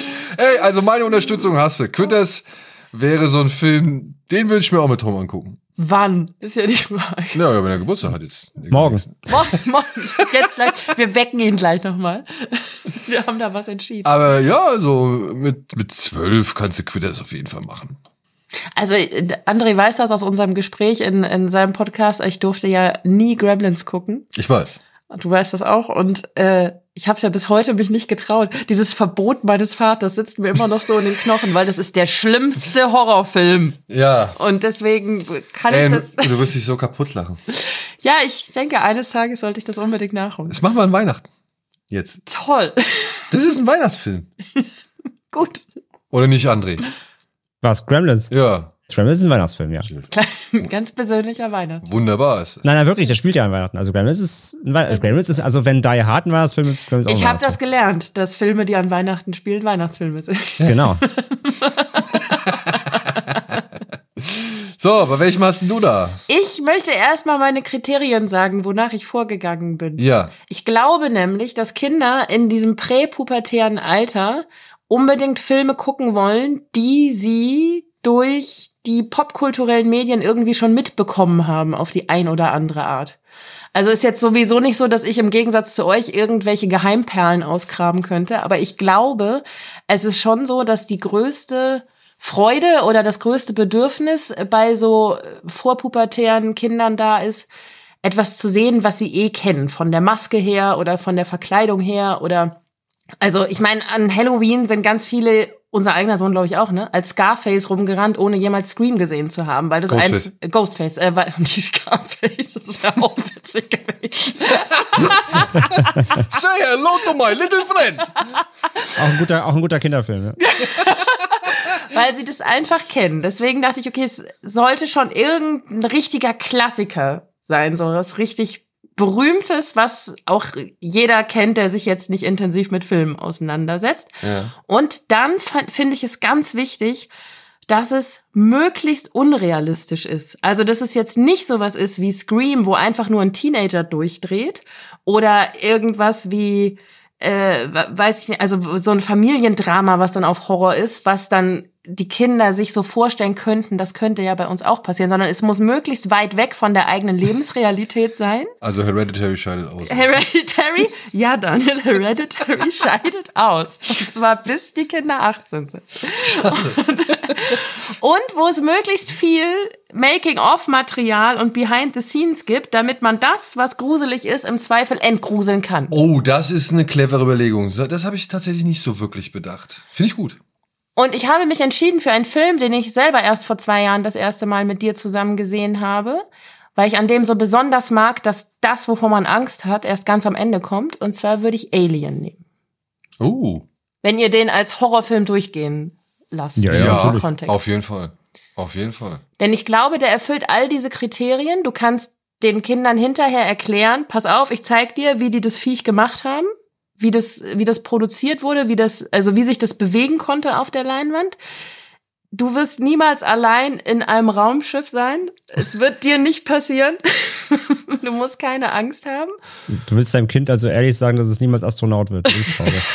Ey, also meine Unterstützung hast du. Critters wäre so ein Film, den würde ich mir auch mit Tom angucken. Wann? Ist ja die Frage. Ja, wenn er Geburtstag hat jetzt. Morgen. Morgen, morgen. Jetzt gleich. Wir wecken ihn gleich nochmal. Wir haben da was entschieden. Aber ja, also mit, mit zwölf kannst du Quitters auf jeden Fall machen. Also André weiß das aus unserem Gespräch in, in seinem Podcast. Ich durfte ja nie Gremlins gucken. Ich weiß. Du weißt das auch. Und äh, ich habe es ja bis heute mich nicht getraut. Dieses Verbot meines Vaters sitzt mir immer noch so in den Knochen, weil das ist der schlimmste Horrorfilm. Ja. Und deswegen kann Ey, ich das... du wirst dich so kaputt lachen. Ja, ich denke, eines Tages sollte ich das unbedingt nachholen. Das machen wir an Weihnachten. Jetzt. Toll. Das ist ein Weihnachtsfilm. Gut. Oder nicht, André? Was, Gremlins? Ja. Gremlins ist ein Weihnachtsfilm, ja. Ganz persönlicher Weihnachten. Wunderbar. Nein, nein, wirklich, der spielt ja an Weihnachten. Also Gremlins ist, ein Wei- Gremlins ist, also wenn Die Hard ein Weihnachtsfilm ist, Gremlins auch ein Ich habe das Weihnachtsfilm. gelernt, dass Filme, die an Weihnachten spielen, Weihnachtsfilme sind. Genau. So, bei welchem hast denn du da? Ich möchte erstmal meine Kriterien sagen, wonach ich vorgegangen bin. Ja. Ich glaube nämlich, dass Kinder in diesem präpubertären Alter unbedingt Filme gucken wollen, die sie durch die popkulturellen Medien irgendwie schon mitbekommen haben auf die ein oder andere Art. Also ist jetzt sowieso nicht so, dass ich im Gegensatz zu euch irgendwelche Geheimperlen ausgraben könnte, aber ich glaube, es ist schon so, dass die größte Freude oder das größte Bedürfnis bei so vorpubertären Kindern da ist, etwas zu sehen, was sie eh kennen, von der Maske her oder von der Verkleidung her oder, also ich meine, an Halloween sind ganz viele, unser eigener Sohn glaube ich auch, ne, als Scarface rumgerannt, ohne jemals Scream gesehen zu haben, weil das Ghostface. ein äh, Ghostface, äh, weil, nicht Scarface, das wäre auch witzig gewesen. Say hello to my little friend. Auch ein guter, auch ein guter Kinderfilm, ja. Weil sie das einfach kennen. Deswegen dachte ich, okay, es sollte schon irgendein richtiger Klassiker sein, so was richtig Berühmtes, was auch jeder kennt, der sich jetzt nicht intensiv mit Filmen auseinandersetzt. Ja. Und dann finde ich es ganz wichtig, dass es möglichst unrealistisch ist. Also, dass es jetzt nicht sowas ist wie Scream, wo einfach nur ein Teenager durchdreht oder irgendwas wie, äh, weiß ich nicht, also so ein Familiendrama, was dann auf Horror ist, was dann die Kinder sich so vorstellen könnten, das könnte ja bei uns auch passieren, sondern es muss möglichst weit weg von der eigenen Lebensrealität sein. Also Hereditary scheidet aus. Hereditary? Ja, Daniel, Hereditary scheidet aus. Und zwar bis die Kinder achtzehn sind. Und, und wo es möglichst viel Making-of-Material und Behind-the-Scenes gibt, damit man das, was gruselig ist, im Zweifel entgruseln kann. Oh, das ist eine clevere Überlegung. Das habe ich tatsächlich nicht so wirklich bedacht. Finde ich gut. Und ich habe mich entschieden für einen Film, den ich selber erst vor zwei Jahren das erste Mal mit dir zusammen gesehen habe, weil ich an dem so besonders mag, dass das, wovor man Angst hat, erst ganz am Ende kommt. Und zwar würde ich Alien nehmen. Oh. Wenn ihr den als Horrorfilm durchgehen lasst. Ja, in ja, diesem Ja, Kontext. auf jeden Fall. Auf jeden Fall. Denn ich glaube, der erfüllt all diese Kriterien. Du kannst den Kindern hinterher erklären, pass auf, ich zeig dir, wie die das Viech gemacht haben. Wie das, wie das produziert wurde, wie das, also wie sich das bewegen konnte auf der Leinwand. Du wirst niemals allein in einem Raumschiff sein. Es wird dir nicht passieren. Du musst keine Angst haben. Du willst deinem Kind also ehrlich sagen, dass es niemals Astronaut wird. Das ist traurig.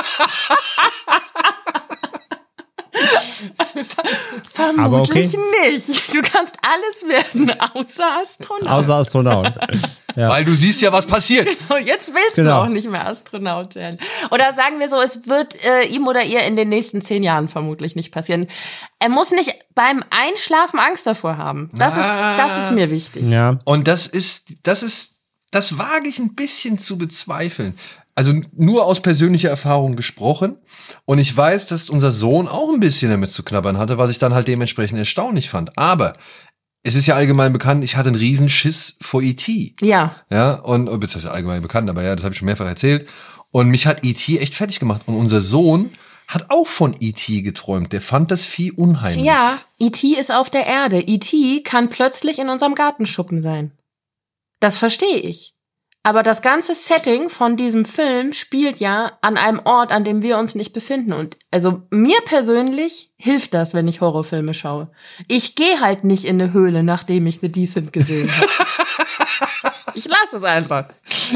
Vermutlich okay. nicht. Du kannst alles werden, außer Astronaut. Außer Astronaut. Ja. Weil du siehst ja, was passiert. Und jetzt willst Genau. du auch nicht mehr Astronaut werden. Oder sagen wir so, es wird äh, ihm oder ihr in den nächsten zehn Jahren vermutlich nicht passieren. Er muss nicht beim Einschlafen Angst davor haben. Das ist, das ist mir wichtig. Ja. Und das ist, das ist, das wage ich ein bisschen zu bezweifeln. Also nur aus persönlicher Erfahrung gesprochen. Und ich weiß, dass unser Sohn auch ein bisschen damit zu knabbern hatte, was ich dann halt dementsprechend erstaunlich fand. Aber es ist ja allgemein bekannt, ich hatte einen riesen Schiss vor E T Ja. Ja, und, beziehungsweise allgemein bekannt, aber ja, das habe ich schon mehrfach erzählt. Und mich hat E T echt fertig gemacht. Und unser Sohn hat auch von E T geträumt. Der fand das Vieh unheimlich. Ja, E T ist auf der Erde. E T kann plötzlich in unserem Gartenschuppen sein. Das verstehe ich. Aber das ganze Setting von diesem Film spielt ja an einem Ort, an dem wir uns nicht befinden. Und also mir persönlich hilft das, wenn ich Horrorfilme schaue. Ich gehe halt nicht in eine Höhle, nachdem ich The Decent gesehen habe. Ich lasse es einfach.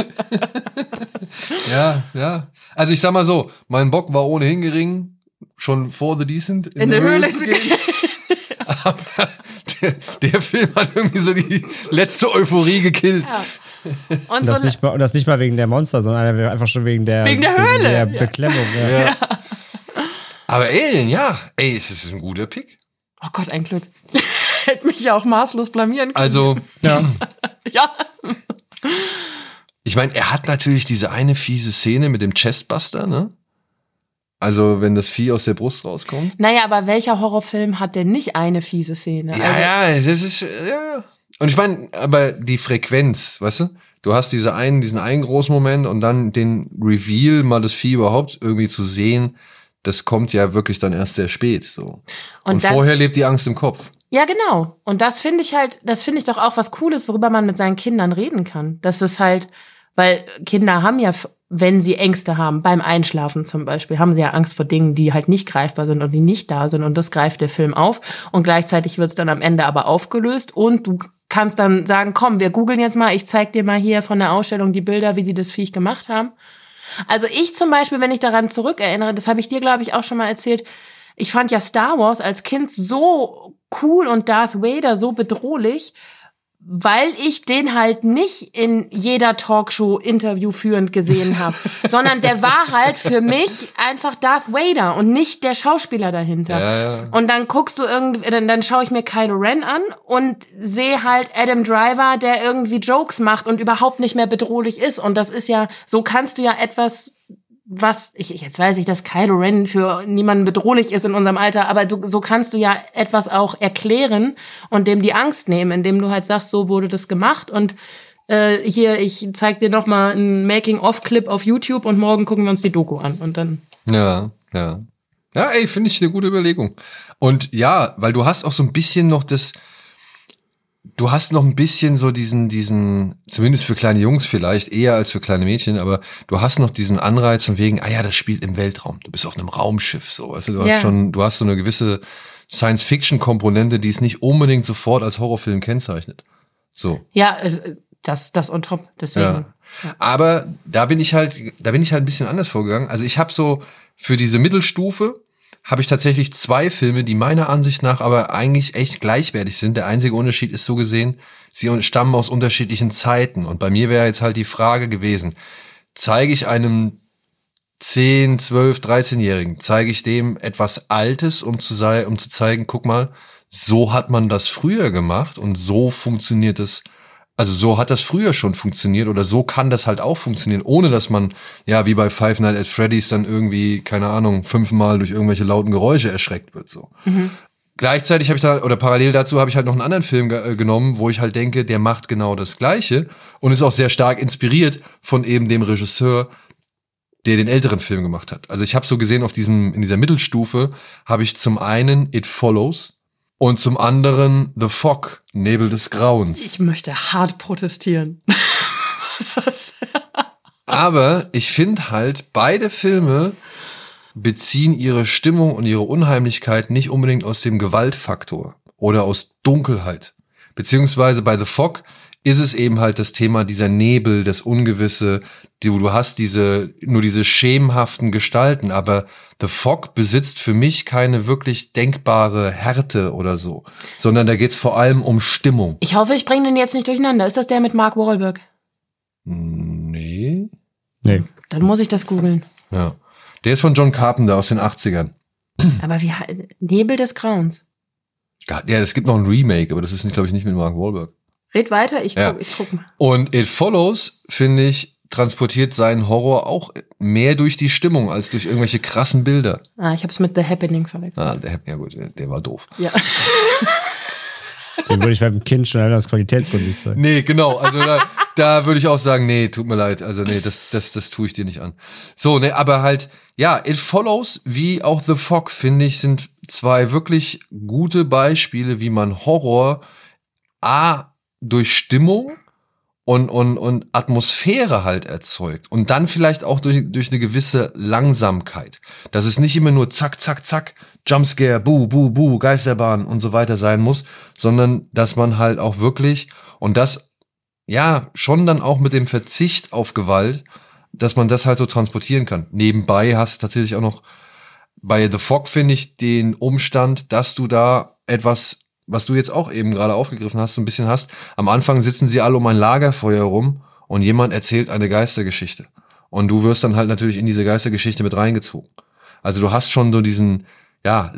Ja, ja. Also ich sag mal so, mein Bock war ohnehin gering, schon vor The Decent In, in eine Höhle zu gehen. Aber der, der Film hat irgendwie so die letzte Euphorie gekillt. Ja. Und Und das, so nicht mal, und das nicht mal wegen der Monster, sondern einfach schon wegen der, Wegen der Höhle, der ja. Beklemmung. Ja. Ja. Aber Alien, ja. Ey, es ist ein guter Pick. Oh Gott, ein Glück. Hätte mich ja auch maßlos blamieren können. Also, Ja. ja. ich meine, er hat natürlich diese eine fiese Szene mit dem Chestbuster, ne? Also, wenn das Vieh aus der Brust rauskommt. Naja, aber welcher Horrorfilm hat denn nicht eine fiese Szene? Ja, Also, ja, das ist, ja. Und ich meine, aber die Frequenz, weißt du? Du hast diese einen, diesen einen großen Moment und dann den Reveal, mal das Vieh überhaupt irgendwie zu sehen, das kommt ja wirklich dann erst sehr spät, so. Und, Und dann- vorher lebt die Angst im Kopf. Ja, genau. Und das finde ich halt, das finde ich doch auch was Cooles, worüber man mit seinen Kindern reden kann. Das ist halt, weil Kinder haben ja, wenn sie Ängste haben, beim Einschlafen zum Beispiel, haben sie ja Angst vor Dingen, die halt nicht greifbar sind und die nicht da sind. Und das greift der Film auf. Und gleichzeitig wird es dann am Ende aber aufgelöst. Und du kannst dann sagen, komm, wir googeln jetzt mal, ich zeig dir mal hier von der Ausstellung die Bilder, wie die das Viech gemacht haben. Also ich zum Beispiel, wenn ich daran zurückerinnere, das habe ich dir, glaube ich, auch schon mal erzählt, ich fand ja Star Wars als Kind so cool und Darth Vader so bedrohlich, weil ich den halt nicht in jeder Talkshow interviewführend gesehen habe, sondern der war halt für mich einfach Darth Vader und nicht der Schauspieler dahinter. Ja, ja. Und dann guckst du irgendwie, dann, dann schaue ich mir Kylo Ren an und sehe halt Adam Driver, der irgendwie Jokes macht und überhaupt nicht mehr bedrohlich ist. Und das ist ja, so kannst du ja etwas, was, ich, jetzt weiß ich, dass Kylo Ren für niemanden bedrohlich ist in unserem Alter, aber du, so kannst du ja etwas auch erklären und dem die Angst nehmen, indem du halt sagst, so wurde das gemacht und äh, hier, ich zeig dir noch mal einen Making-of-Clip auf YouTube und morgen gucken wir uns die Doku an und dann. Ja, ja. Ja, ey, finde ich eine gute Überlegung. Und ja, weil du hast auch so ein bisschen noch das, du hast noch ein bisschen so diesen, diesen, zumindest für kleine Jungs vielleicht, eher als für kleine Mädchen, aber du hast noch diesen Anreiz von wegen, ah ja, das spielt im Weltraum. Du bist auf einem Raumschiff, so, weißt du, du Ja. hast schon, du hast so eine gewisse Science-Fiction-Komponente, die es nicht unbedingt sofort als Horrorfilm kennzeichnet. So. Ja, also, das, das on top, deswegen. Ja. Aber da bin ich halt, da bin ich halt ein bisschen anders vorgegangen. Also ich habe so für diese Mittelstufe habe ich tatsächlich zwei Filme, die meiner Ansicht nach aber eigentlich echt gleichwertig sind. Der einzige Unterschied ist so gesehen, sie stammen aus unterschiedlichen Zeiten. Und bei mir wäre jetzt halt die Frage gewesen, zeige ich einem zehn, zwölf, dreizehnjährigen, zeige ich dem etwas Altes, um zu, sei, um zu zeigen, guck mal, so hat man das früher gemacht und so funktioniert es. Also so hat das früher schon funktioniert oder so kann das halt auch funktionieren, ohne dass man, ja, wie bei Five Nights at Freddy's dann irgendwie, keine Ahnung, fünfmal durch irgendwelche lauten Geräusche erschreckt wird, so. Mhm. Gleichzeitig habe ich da, oder parallel dazu habe ich halt noch einen anderen Film ge- genommen, wo ich halt denke, der macht genau das Gleiche und ist auch sehr stark inspiriert von eben dem Regisseur, der den älteren Film gemacht hat. Also ich habe so gesehen, auf diesem, in dieser Mittelstufe habe ich zum einen It Follows, und zum anderen The Fog, Nebel des Grauens. Ich möchte hart protestieren. Aber ich finde halt, beide Filme beziehen ihre Stimmung und ihre Unheimlichkeit nicht unbedingt aus dem Gewaltfaktor oder aus Dunkelheit. Beziehungsweise bei The Fog ist es eben halt das Thema dieser Nebel, das Ungewisse, die, du hast diese, nur diese schemenhaften Gestalten, aber The Fog besitzt für mich keine wirklich denkbare Härte oder so, sondern da geht's vor allem um Stimmung. Ich hoffe, ich bringe den jetzt nicht durcheinander. Ist das der mit Mark Wahlberg? Nee. Nee. Dann muss ich das googeln. Ja. Der ist von John Carpenter aus den achtzigern. Aber wie, Nebel des Grauens. Ja, es gibt noch ein Remake, aber das ist, glaube ich, nicht mit Mark Wahlberg. Red weiter, ich guck, Ja. ich guck mal. Und It Follows, finde ich, transportiert seinen Horror auch mehr durch die Stimmung als durch irgendwelche krassen Bilder. Ah, ich habe es mit The Happening verwechselt. Ah, der, ja gut, der, der war doof. Ja. Den würde ich beim Kind schon als Qualitätsgrund nicht zeigen. Nee, genau, also da, da würde ich auch sagen, nee, tut mir leid, also nee, das, das, das tue ich dir nicht an. So, ne, aber halt, ja, It Follows, wie auch The Fog, finde ich, sind zwei wirklich gute Beispiele, wie man Horror A, durch Stimmung und, und, und Atmosphäre halt erzeugt und dann vielleicht auch durch, durch eine gewisse Langsamkeit. Dass es nicht immer nur zack, zack, zack, Jumpscare, buh, buh, buh, Geisterbahn und so weiter sein muss, sondern dass man halt auch wirklich, und das, ja, schon dann auch mit dem Verzicht auf Gewalt, dass man das halt so transportieren kann. Nebenbei hast du tatsächlich auch noch bei The Fog, finde ich, den Umstand, dass du da etwas was du jetzt auch eben gerade aufgegriffen hast, so ein bisschen hast, am Anfang sitzen sie alle um ein Lagerfeuer rum und jemand erzählt eine Geistergeschichte. Und du wirst dann halt natürlich in diese Geistergeschichte mit reingezogen. Also du hast schon so diesen, ja,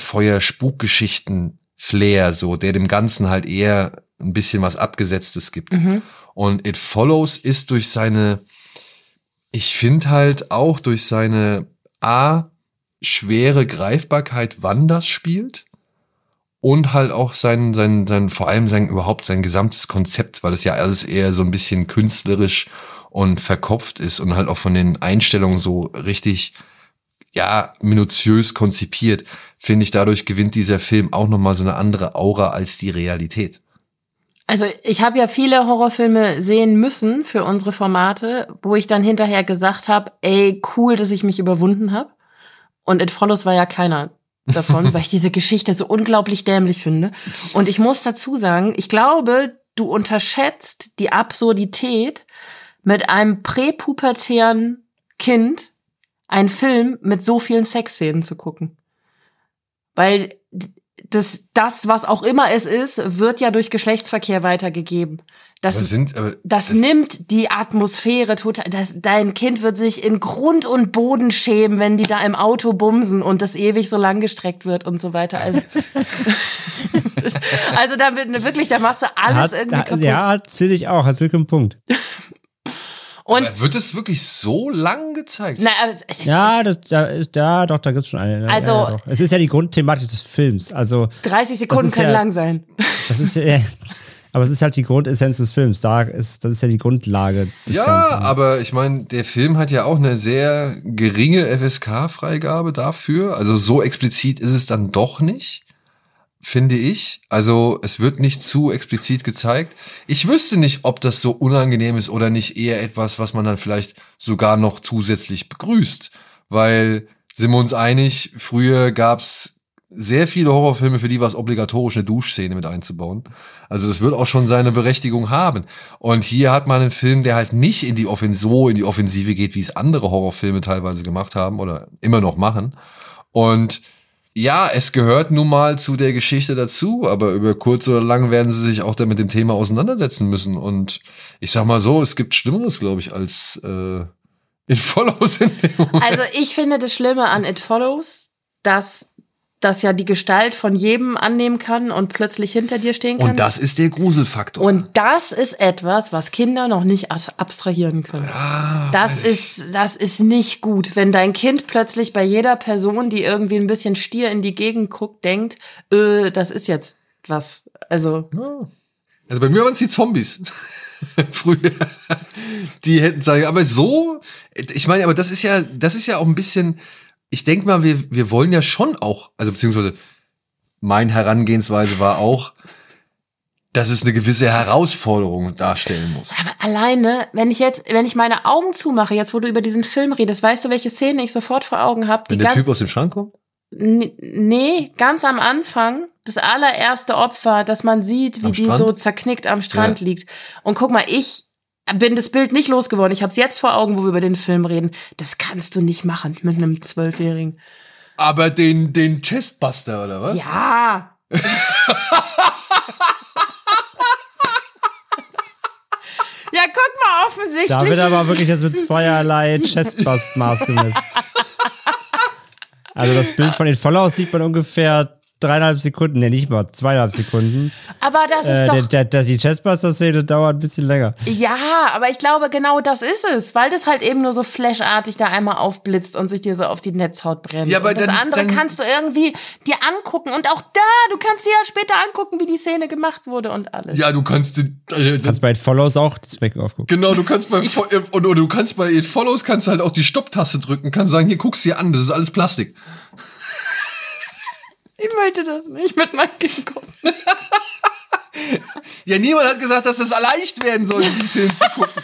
Lagerfeuer-Spukgeschichten-Flair, so, der dem Ganzen halt eher ein bisschen was Abgesetztes gibt. Mhm. Und It Follows ist durch seine, ich finde halt auch durch seine A, schwere Greifbarkeit, wann das spielt, und halt auch sein, sein, sein, vor allem sein, überhaupt sein gesamtes Konzept, weil es ja alles eher so ein bisschen künstlerisch und verkopft ist und halt auch von den Einstellungen so richtig, ja, minutiös konzipiert, finde ich, dadurch gewinnt dieser Film auch nochmal so eine andere Aura als die Realität. Also ich habe ja viele Horrorfilme sehen müssen für unsere Formate, wo ich dann hinterher gesagt habe, ey, cool, dass ich mich überwunden habe. Und It Follows war ja keiner davon, weil ich diese Geschichte so unglaublich dämlich finde. Und ich muss dazu sagen, ich glaube, du unterschätzt die Absurdität, mit einem präpubertären Kind einen Film mit so vielen Sexszenen zu gucken. Weil das, das, was auch immer es ist, wird ja durch Geschlechtsverkehr weitergegeben. Das, aber sind, aber das, das nimmt die Atmosphäre total. Das, dein Kind wird sich in Grund und Boden schämen, wenn die da im Auto bumsen und das ewig so lang gestreckt wird und so weiter. Also, das, also da wird wirklich, da machst du alles hat, irgendwie kaputt. Ja, erzähl ich auch, hast du einen Punkt. Und aber wird es wirklich so lang gezeigt? Nein, aber es, es ist, ja, das, da ist, ja, doch, da gibt's schon eine. Also, ja, ja, doch. Es ist ja die Grundthematik des Films. Also dreißig Sekunden können ja, lang sein. Das ist ja, aber es ist halt die Grundessenz des Films. Da ist, das ist ja die Grundlage des ja, Ganzen. Ja, aber ich meine, der Film hat ja auch eine sehr geringe F S K-Freigabe dafür. Also so explizit ist es dann doch nicht, finde ich. Also es wird nicht zu explizit gezeigt. Ich wüsste nicht, ob das so unangenehm ist oder nicht eher etwas, was man dann vielleicht sogar noch zusätzlich begrüßt. Weil, sind wir uns einig, früher gab's sehr viele Horrorfilme, für die war es obligatorisch, eine Duschszene mit einzubauen. Also das wird auch schon seine Berechtigung haben. Und hier hat man einen Film, der halt nicht in die Offen- so in die Offensive geht, wie es andere Horrorfilme teilweise gemacht haben oder immer noch machen. Und ja, es gehört nun mal zu der Geschichte dazu, aber über kurz oder lang werden sie sich auch dann mit dem Thema auseinandersetzen müssen. Und ich sag mal so, es gibt Schlimmeres, glaube ich, als äh, It Follows in dem Moment. Also ich finde das Schlimme an It Follows, dass das ja die Gestalt von jedem annehmen kann und plötzlich hinter dir stehen kann. Und das ist der Gruselfaktor. Und das ist etwas, was Kinder noch nicht abstrahieren können. Ja, das ist, das ist nicht gut, wenn dein Kind plötzlich bei jeder Person, die irgendwie ein bisschen stier in die Gegend guckt, denkt, äh, das ist jetzt was. Also, ja. Also bei mir waren es die Zombies. Früher. Die hätten sagen, aber so, ich meine, aber das ist ja, das ist ja auch ein bisschen, ich denke mal, wir, wir wollen ja schon auch, also beziehungsweise meine Herangehensweise war auch, dass es eine gewisse Herausforderung darstellen muss. Aber alleine, wenn ich jetzt, wenn ich meine Augen zumache, jetzt wo du über diesen Film redest, weißt du, welche Szene ich sofort vor Augen habe? Wenn der Typ aus dem Schrank kommt? N- nee, ganz am Anfang, das allererste Opfer, dass man sieht, wie Am die Strand? so zerknickt am Strand Ja. liegt. Und guck mal, ich bin das Bild nicht losgeworden. Ich habe es jetzt vor Augen, wo wir über den Film reden. Das kannst du nicht machen mit einem Zwölfjährigen. Aber den, den Chestbuster, oder was? Ja. Ja, guck mal, offensichtlich. Da wird aber wirklich jetzt mit zweierlei Chestbust-Maß gemessen. Also das Bild von den Follows sieht man ungefähr dreieinhalb Sekunden, ne, nicht mal, zweieinhalb Sekunden. Aber das ist äh, doch... Der, der, der, die Chestbuster-Szene dauert ein bisschen länger. Ja, aber ich glaube, genau das ist es, weil das halt eben nur so flashartig da einmal aufblitzt und sich dir so auf die Netzhaut brennt. Ja, aber und das dann- andere dann- kannst du irgendwie dir angucken und auch da, du kannst dir ja später angucken, wie die Szene gemacht wurde und alles. Ja, du kannst, den- äh, Kannst bei It Follows auch das Making aufgucken. genau, du kannst bei, Fo- äh, und, und du kannst bei It Follows, kannst du halt auch die Stopptaste drücken, kannst sagen, hier, guck's dir an, das ist alles Plastik. Ich möchte das nicht mit meinem Kind gucken. Ja, niemand hat gesagt, dass das leicht werden soll, diesen Film zu gucken.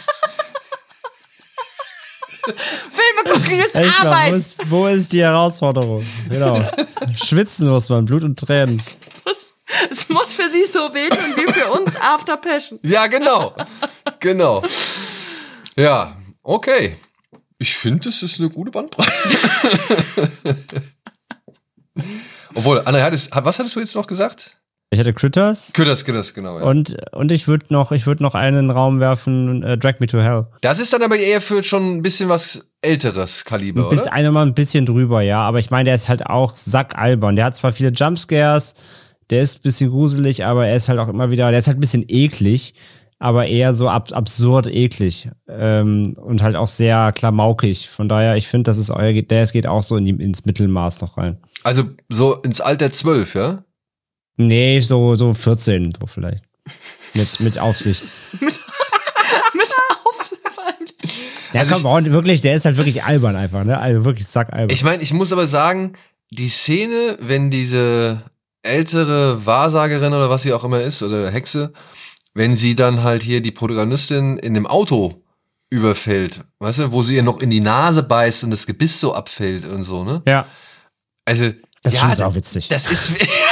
Filme gucken ist Echt mal, Arbeit. wo ist, wo ist die Herausforderung? Genau. Schwitzen muss man, Blut und Tränen. Es, es muss für sie so wehtun wie für uns After Passion. Ja, genau. Genau. Ja, okay. Ich finde, das ist eine gute Bandbreite. Obwohl, Anna, hattest, was hattest du jetzt noch gesagt? Ich hätte Critters. Critters, Critters, genau. Ja. Und, und ich würde noch, ich würde noch einen in den Raum werfen, äh, Drag Me to Hell. Das ist dann aber eher für schon ein bisschen was älteres Kaliber, Bis oder? einer mal ein bisschen drüber, ja. Aber ich meine, der ist halt auch sackalbern. Der hat zwar viele Jumpscares, der ist ein bisschen gruselig, aber er ist halt auch immer wieder, der ist halt ein bisschen eklig, aber eher so ab, absurd eklig. Ähm, und halt auch sehr klamaukig. Von daher, ich finde, das ist euer, der es geht auch so in die, ins Mittelmaß noch rein. Also so ins Alter zwölf, ja? Nee, so, so vierzehn, so vielleicht. Mit, mit Aufsicht. mit, mit Aufsicht. Ja, Also komm, ich, wirklich, der ist halt wirklich albern einfach, ne? Also wirklich sackalbern. Ich meine, ich muss aber sagen, die Szene, wenn diese ältere Wahrsagerin oder was sie auch immer ist, oder Hexe, wenn sie dann halt hier die Protagonistin in dem Auto überfällt, weißt du, wo sie ihr noch in die Nase beißt und das Gebiss so abfällt und so, ne? Ja. Also, Das ist ja, schon sauwitzig. Das ist...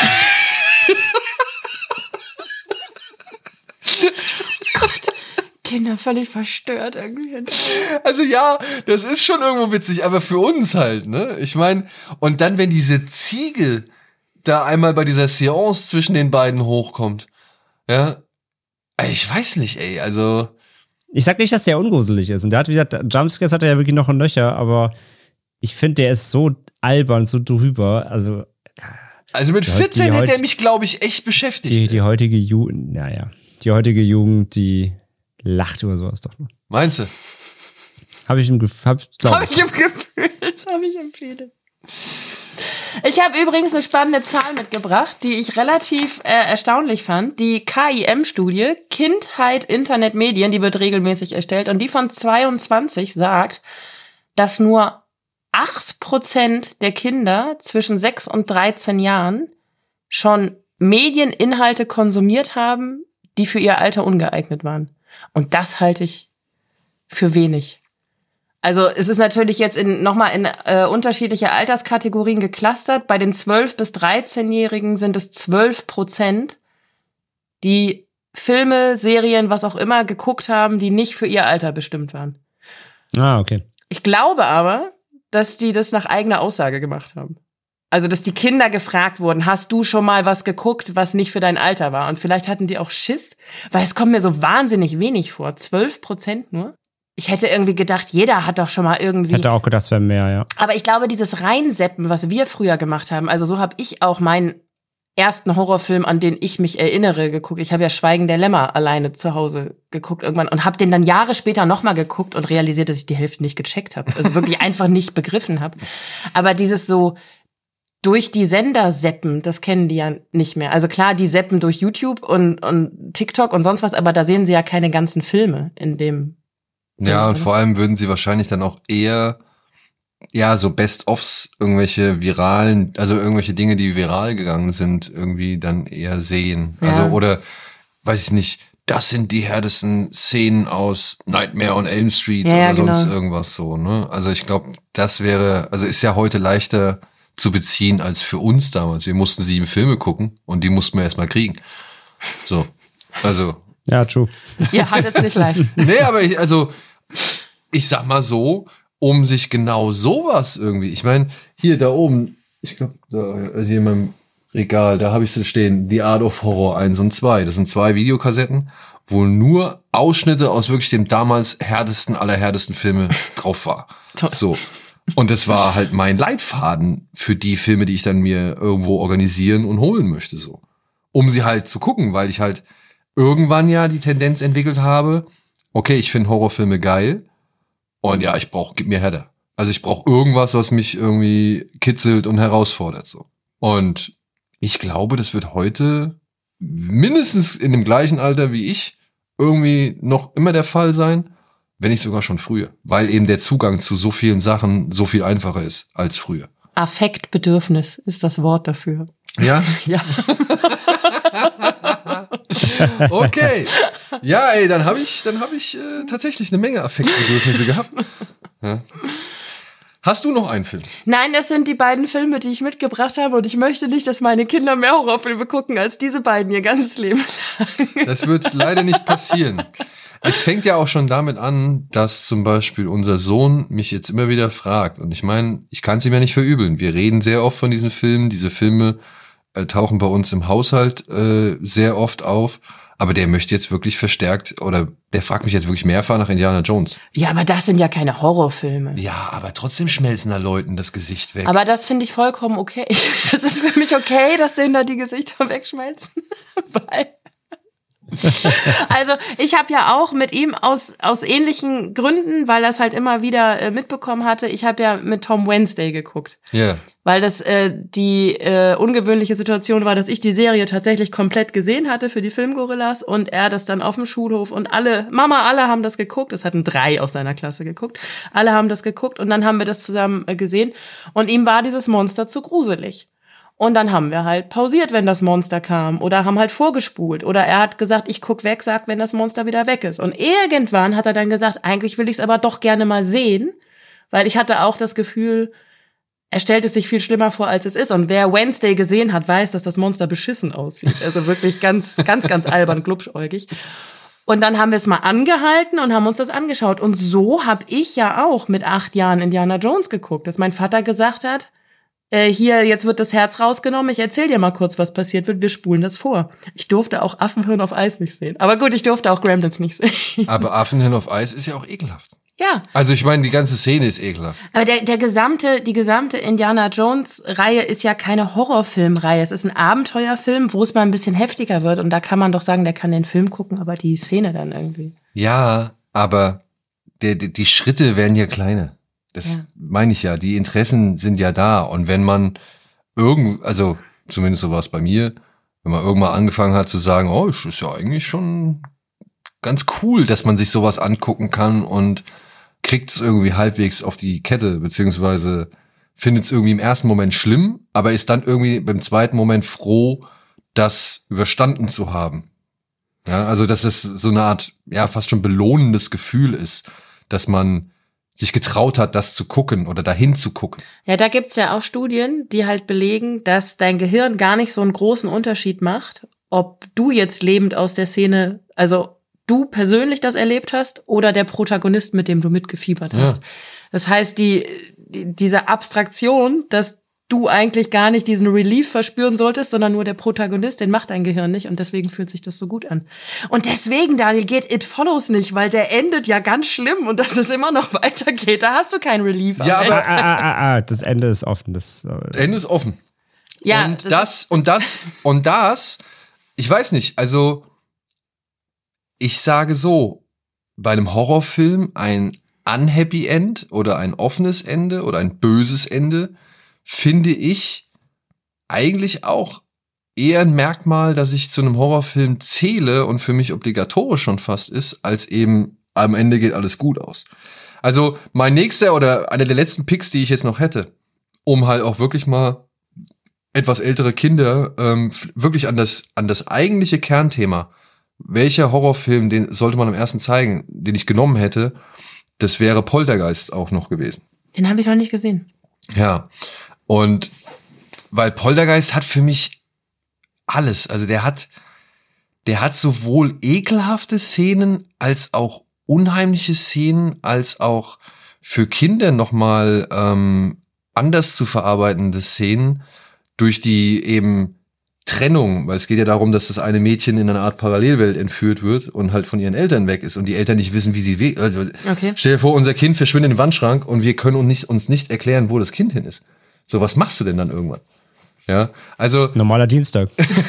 Kinder völlig verstört irgendwie. Also ja, das ist schon irgendwo witzig, aber für uns halt, ne? Ich meine, und dann, wenn diese Ziege da einmal bei dieser Seance zwischen den beiden hochkommt, ja, ich weiß nicht, ey, also... Ich sag nicht, dass der ungruselig ist. Und der hat, wie gesagt, Jumpscares hat er ja wirklich noch ein Löcher, aber ich finde, der ist so albern, so drüber, also... Also mit die, vierzehn die hätte er heut- mich, glaube ich, echt beschäftigt. Die, die heutige Jugend, naja, die heutige Jugend, die lacht über sowas doch nur. Meinst du? Habe ich im Gefühl, hab, glaub Habe ich im Gefühl, das habe ich im Gefühl. Ich habe übrigens eine spannende Zahl mitgebracht, die ich relativ äh, erstaunlich fand. Die K I M-Studie Kindheit, Internet, Medien, die wird regelmäßig erstellt und die von zweiundzwanzig sagt, dass nur acht Prozent der Kinder zwischen sechs und dreizehn Jahren schon Medieninhalte konsumiert haben, die für ihr Alter ungeeignet waren. Und das halte ich für wenig. Also es ist natürlich jetzt in nochmal in äh, unterschiedliche Alterskategorien geclustert. Bei den zwölf- bis dreizehnjährigen sind es zwölf Prozent, die Filme, Serien, was auch immer geguckt haben, die nicht für ihr Alter bestimmt waren. Ah, okay. Ich glaube aber, dass die das nach eigener Aussage gemacht haben. Also, dass die Kinder gefragt wurden, hast du schon mal was geguckt, was nicht für dein Alter war? Und vielleicht hatten die auch Schiss, weil es kommt mir so wahnsinnig wenig vor. zwölf Prozent nur. Ich hätte irgendwie gedacht, jeder hat doch schon mal irgendwie... Ich hätte auch gedacht, es wäre mehr, ja. Aber ich glaube, dieses Reinseppen, was wir früher gemacht haben, also so habe ich auch meinen ersten Horrorfilm, an den ich mich erinnere, geguckt. Ich habe ja Schweigen der Lämmer alleine zu Hause geguckt irgendwann und habe den dann Jahre später nochmal geguckt und realisiert, dass ich die Hälfte nicht gecheckt habe. Also wirklich einfach nicht begriffen habe. Aber dieses so durch die Sender seppen, das kennen die ja nicht mehr. Also klar, die seppen durch YouTube und, und TikTok und sonst was, aber da sehen sie ja keine ganzen Filme in dem Sinn, Ja, und oder? vor allem würden sie wahrscheinlich dann auch eher, ja, so Best-ofs, irgendwelche viralen, also irgendwelche Dinge, die viral gegangen sind, irgendwie dann eher sehen. Ja. Also, oder, weiß ich nicht, das sind die härtesten Szenen aus Nightmare on Elm Street Ja, ja, oder sonst genau. irgendwas so, ne? Also ich glaube, das wäre, also ist ja heute leichter zu beziehen als für uns damals. Wir mussten sieben Filme gucken und die mussten wir erstmal kriegen. So, also... Ja, true. Ihr hattet's nicht leicht. Nee, aber ich, also, ich sag mal so, um sich genau sowas irgendwie, ich meine, hier da oben, ich glaube, da hier in meinem Regal, da habe ich so stehen, The Art of Horror eins und zwei. Das sind zwei Videokassetten, wo nur Ausschnitte aus wirklich dem damals härtesten aller härtesten Filme drauf war. Toll. So. Und das war halt mein Leitfaden für die Filme, die ich dann mir irgendwo organisieren und holen möchte, so. Um sie halt zu gucken, weil ich halt irgendwann ja die Tendenz entwickelt habe, okay, ich finde Horrorfilme geil und ja, ich brauche, gib mir Header. Also ich brauche irgendwas, was mich irgendwie kitzelt und herausfordert, so. Und ich glaube, das wird heute mindestens in dem gleichen Alter wie ich irgendwie noch immer der Fall sein, wenn nicht sogar schon früher, weil eben der Zugang zu so vielen Sachen so viel einfacher ist als früher. Affektbedürfnis ist das Wort dafür. Ja? Ja. Okay. Ja, ey, dann habe ich, dann habe ich äh, tatsächlich eine Menge Affektbedürfnisse gehabt. Ja. Hast du noch einen Film? Nein, das sind die beiden Filme, die ich mitgebracht habe und ich möchte nicht, dass meine Kinder mehr Horrorfilme gucken als diese beiden ihr ganzes Leben lang. Das wird leider nicht passieren. Es fängt ja auch schon damit an, dass zum Beispiel unser Sohn mich jetzt immer wieder fragt. Und ich meine, ich kann es ihm ja nicht verübeln. Wir reden sehr oft von diesen Filmen. Diese Filme äh, tauchen bei uns im Haushalt äh, sehr oft auf. Aber der möchte jetzt wirklich verstärkt, oder der fragt mich jetzt wirklich mehrfach nach Indiana Jones. Ja, aber das sind ja keine Horrorfilme. Ja, aber trotzdem schmelzen da Leuten das Gesicht weg. Aber das finde ich vollkommen okay. Es ist für mich okay, dass denen da die Gesichter wegschmelzen. Weil also ich habe ja auch mit ihm aus aus ähnlichen Gründen, weil er es halt immer wieder äh, mitbekommen hatte, ich habe ja mit Tom Wednesday geguckt. Ja. Yeah. Weil das äh, die äh, ungewöhnliche Situation war, dass ich die Serie tatsächlich komplett gesehen hatte für die Filmgorillas und er das dann auf dem Schulhof und alle, Mama, alle haben das geguckt, es hatten drei aus seiner Klasse geguckt, alle haben das geguckt und dann haben wir das zusammen äh, gesehen und ihm war dieses Monster zu gruselig. Und dann haben wir halt pausiert, wenn das Monster kam oder haben halt vorgespult oder er hat gesagt, ich guck weg, sag, wenn das Monster wieder weg ist. Und irgendwann hat er dann gesagt, eigentlich will ich es aber doch gerne mal sehen, weil ich hatte auch das Gefühl, er stellt es sich viel schlimmer vor, als es ist. Und wer Wednesday gesehen hat, weiß, dass das Monster beschissen aussieht. Also wirklich ganz, ganz, ganz albern, glubschäugig. Und dann haben wir es mal angehalten und haben uns das angeschaut. Und so habe ich ja auch mit acht Jahren Indiana Jones geguckt, dass mein Vater gesagt hat, äh, hier, jetzt wird das Herz rausgenommen, ich erzähl dir mal kurz, was passiert wird, wir spulen das vor. Ich durfte auch Affenhirn auf Eis nicht sehen. Aber gut, ich durfte auch Gremlins nicht sehen. Aber Affenhirn auf Eis ist ja auch ekelhaft. Ja. Also ich meine, die ganze Szene ist ekelhaft. Aber der, der gesamte, die gesamte Indiana Jones-Reihe ist ja keine Horrorfilmreihe. Es ist ein Abenteuerfilm, wo es mal ein bisschen heftiger wird. Und da kann man doch sagen, der kann den Film gucken, aber die Szene dann irgendwie. Ja, aber der, die, die Schritte werden ja kleiner. Das ja. meine ich ja. Die Interessen sind ja da. Und wenn man irgend, also zumindest so war es bei mir, wenn man irgendwann angefangen hat zu sagen, oh, es ist ja eigentlich schon ganz cool, dass man sich sowas angucken kann und kriegt es irgendwie halbwegs auf die Kette, beziehungsweise findet es irgendwie im ersten Moment schlimm, aber ist dann irgendwie beim zweiten Moment froh, das überstanden zu haben. Ja, also dass es so eine Art, ja, fast schon belohnendes Gefühl ist, dass man sich getraut hat, das zu gucken oder dahin zu gucken. Ja, da gibt's ja auch Studien, die halt belegen, dass dein Gehirn gar nicht so einen großen Unterschied macht, ob du jetzt lebend aus der Szene, also du persönlich das erlebt hast oder der Protagonist, mit dem du mitgefiebert hast. Ja. Das heißt, die, die diese Abstraktion, dass du eigentlich gar nicht diesen Relief verspüren solltest, sondern nur der Protagonist, den macht dein Gehirn nicht und deswegen fühlt sich das so gut an. Und deswegen, Daniel, geht It Follows nicht, weil der endet ja ganz schlimm und dass es immer noch weitergeht. Da hast du kein Relief. Ja, aber ah, ah, ah, ah, das Ende ist offen. Das, das Ende ist offen. Ja, und das, das und das und das, ich weiß nicht, also ich sage so, bei einem Horrorfilm ein unhappy End oder ein offenes Ende oder ein böses Ende finde ich eigentlich auch eher ein Merkmal, dass ich zu einem Horrorfilm zähle und für mich obligatorisch schon fast ist, als eben am Ende geht alles gut aus. Also mein nächster oder einer der letzten Picks, die ich jetzt noch hätte, um halt auch wirklich mal etwas ältere Kinder ähm, wirklich an das an das eigentliche Kernthema, welcher Horrorfilm, den sollte man am ersten zeigen, den ich genommen hätte, das wäre Poltergeist auch noch gewesen. Den habe ich noch nicht gesehen. Ja, und weil Poltergeist hat für mich alles, also der hat der hat sowohl ekelhafte Szenen als auch unheimliche Szenen, als auch für Kinder nochmal ähm, anders zu verarbeitende Szenen durch die eben Trennung, weil es geht ja darum, dass das eine Mädchen in eine Art Parallelwelt entführt wird und halt von ihren Eltern weg ist und die Eltern nicht wissen, wie sie we- also okay. Stell dir vor, unser Kind verschwindet in den Wandschrank und wir können uns nicht, uns nicht erklären, wo das Kind hin ist. So, was machst du denn dann irgendwann? Ja, also normaler Dienstag.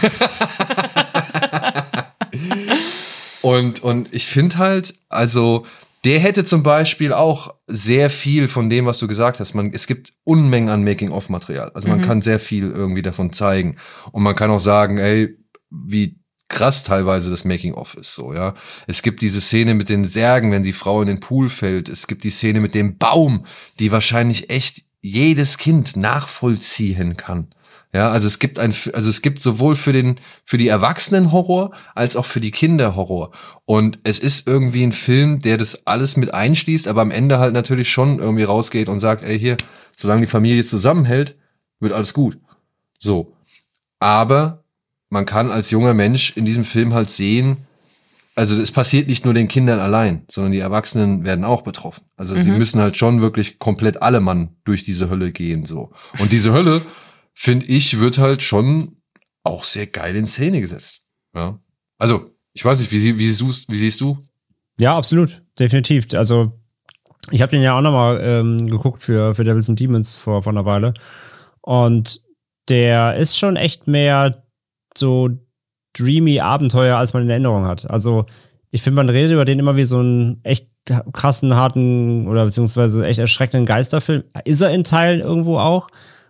und und ich finde halt, also der hätte zum Beispiel auch sehr viel von dem, was du gesagt hast. Man, es gibt Unmengen an Making-of-Material. Also man mhm. kann sehr viel irgendwie davon zeigen. Und man kann auch sagen, ey, wie krass teilweise das Making-of ist so, ja. Es gibt diese Szene mit den Särgen, wenn die Frau in den Pool fällt. Es gibt die Szene mit dem Baum, die wahrscheinlich echt jedes Kind nachvollziehen kann. Ja, also es gibt ein, also es gibt sowohl für den, für die Erwachsenen Horror als auch für die Kinder Horror. Und es ist irgendwie ein Film, der das alles mit einschließt, aber am Ende halt natürlich schon irgendwie rausgeht und sagt, ey, hier, solange die Familie zusammenhält, wird alles gut. So. Aber man kann als junger Mensch in diesem Film halt sehen, also es passiert nicht nur den Kindern allein, sondern die Erwachsenen werden auch betroffen. Also mhm. sie müssen halt schon wirklich komplett alle Mann durch diese Hölle gehen, so. Und diese Hölle, finde ich, wird halt schon auch sehr geil in Szene gesetzt. Ja. Also, ich weiß nicht, wie, sie, wie, siehst, wie siehst du? Ja, absolut, definitiv. Also, ich habe den ja auch nochmal ähm, geguckt für, für Devils and Demons vor, vor einer Weile. Und der ist schon echt mehr so dreamy Abenteuer, als man in Erinnerung hat. Also, ich finde, man redet über den immer wie so einen echt krassen, harten oder beziehungsweise echt erschreckenden Geisterfilm. Ist er in Teilen irgendwo auch.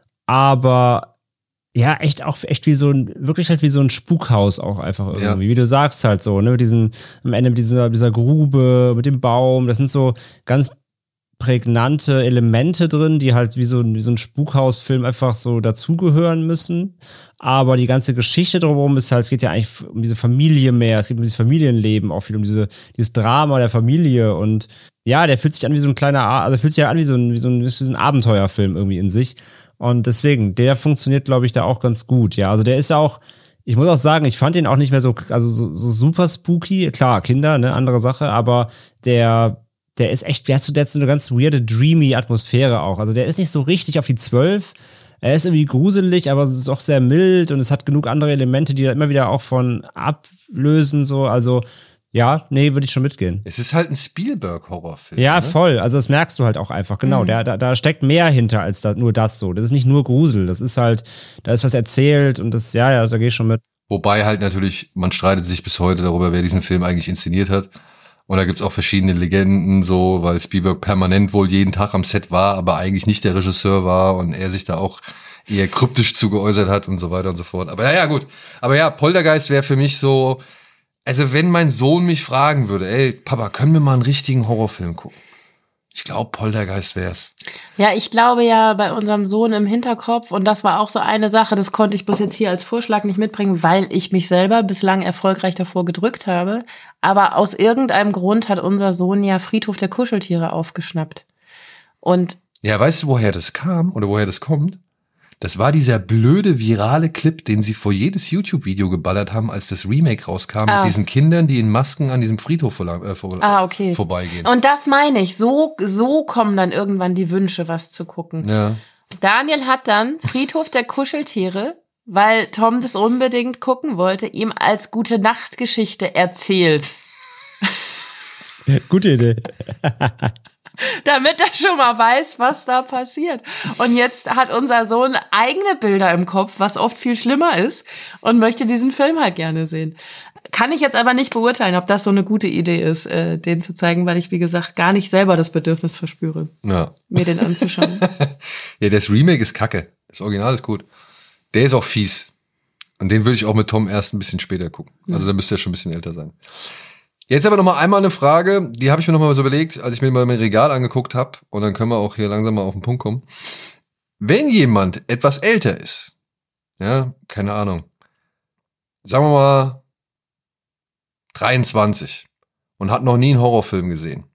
Aber ja, echt auch echt wie so ein, wirklich halt wie so ein Spukhaus auch einfach irgendwie. Ja. Wie du sagst halt so, ne, mit diesen, am Ende mit dieser, dieser Grube, mit dem Baum. Das sind so ganz prägnante Elemente drin, die halt wie so, wie so ein Spukhausfilm einfach so dazugehören müssen. Aber die ganze Geschichte drumherum ist halt, es geht ja eigentlich um diese Familie mehr, es geht um dieses Familienleben auch viel, um diese, dieses Drama der Familie und ja, der fühlt sich an wie so ein kleiner, also fühlt sich ja an wie so ein, wie so ein, wie so ein Abenteuerfilm irgendwie in sich. Und deswegen, der funktioniert, glaube ich, da auch ganz gut. Ja, also der ist auch, ich muss auch sagen, ich fand ihn auch nicht mehr so, also so, so super spooky. Klar, Kinder, ne, andere Sache, aber der Der ist echt, der hat so, der hat so eine ganz weirde, dreamy Atmosphäre auch. Also der ist nicht so richtig auf die zwölf. Er ist irgendwie gruselig, aber ist auch sehr mild und es hat genug andere Elemente, die da immer wieder auch von ablösen, so. Also, ja, nee, würde ich schon mitgehen. Es ist halt ein Spielberg-Horrorfilm. Ja, ne? voll. Also das merkst du halt auch einfach. Genau, mhm. da, da steckt mehr hinter als da, nur das so. Das ist nicht nur Grusel. Das ist halt, da ist was erzählt und das, ja, ja, da gehe ich schon mit. Wobei halt natürlich, man streitet sich bis heute darüber, wer diesen Film eigentlich inszeniert hat. Und da gibt's auch verschiedene Legenden, so, weil Spielberg permanent wohl jeden Tag am Set war, aber eigentlich nicht der Regisseur war und er sich da auch eher kryptisch zu geäußert hat und so weiter und so fort. Aber ja, ja, gut. Aber ja, Poltergeist wäre für mich so, also wenn mein Sohn mich fragen würde, ey, Papa, können wir mal einen richtigen Horrorfilm gucken? Ich glaube, Poltergeist wär's. Ja, ich glaube ja bei unserem Sohn im Hinterkopf, und das war auch so eine Sache, das konnte ich bis jetzt hier als Vorschlag nicht mitbringen, weil ich mich selber bislang erfolgreich davor gedrückt habe. Aber aus irgendeinem Grund hat unser Sohn ja Friedhof der Kuscheltiere aufgeschnappt. Und ja, weißt du, woher das kam oder woher das kommt? Das war dieser blöde virale Clip, den sie vor jedes YouTube-Video geballert haben, als das Remake rauskam, ah. mit diesen Kindern, die in Masken an diesem Friedhof vor, äh, vor, ah, okay. vorbeigehen. Und das meine ich, so, so kommen dann irgendwann die Wünsche, was zu gucken. Ja. Daniel hat dann Friedhof der Kuscheltiere, weil Tom das unbedingt gucken wollte, ihm als Gute-Nacht-Geschichte erzählt. Gute Idee. Damit er schon mal weiß, was da passiert. Und jetzt hat unser Sohn eigene Bilder im Kopf, was oft viel schlimmer ist, und möchte diesen Film halt gerne sehen. Kann ich jetzt aber nicht beurteilen, ob das so eine gute Idee ist, äh, den zu zeigen, weil ich, wie gesagt, gar nicht selber das Bedürfnis verspüre, ja. mir den anzuschauen. Ja, das Remake ist kacke. Das Original ist gut. Der ist auch fies. Und den würde ich auch mit Tom erst ein bisschen später gucken. Also ja. Da müsste er schon ein bisschen älter sein. Jetzt aber noch mal einmal eine Frage, die habe ich mir noch mal so überlegt, als ich mir mal mein Regal angeguckt habe, und dann können wir auch hier langsam mal auf den Punkt kommen. Wenn jemand etwas älter ist, ja, keine Ahnung, sagen wir mal dreiundzwanzig und hat noch nie einen Horrorfilm gesehen,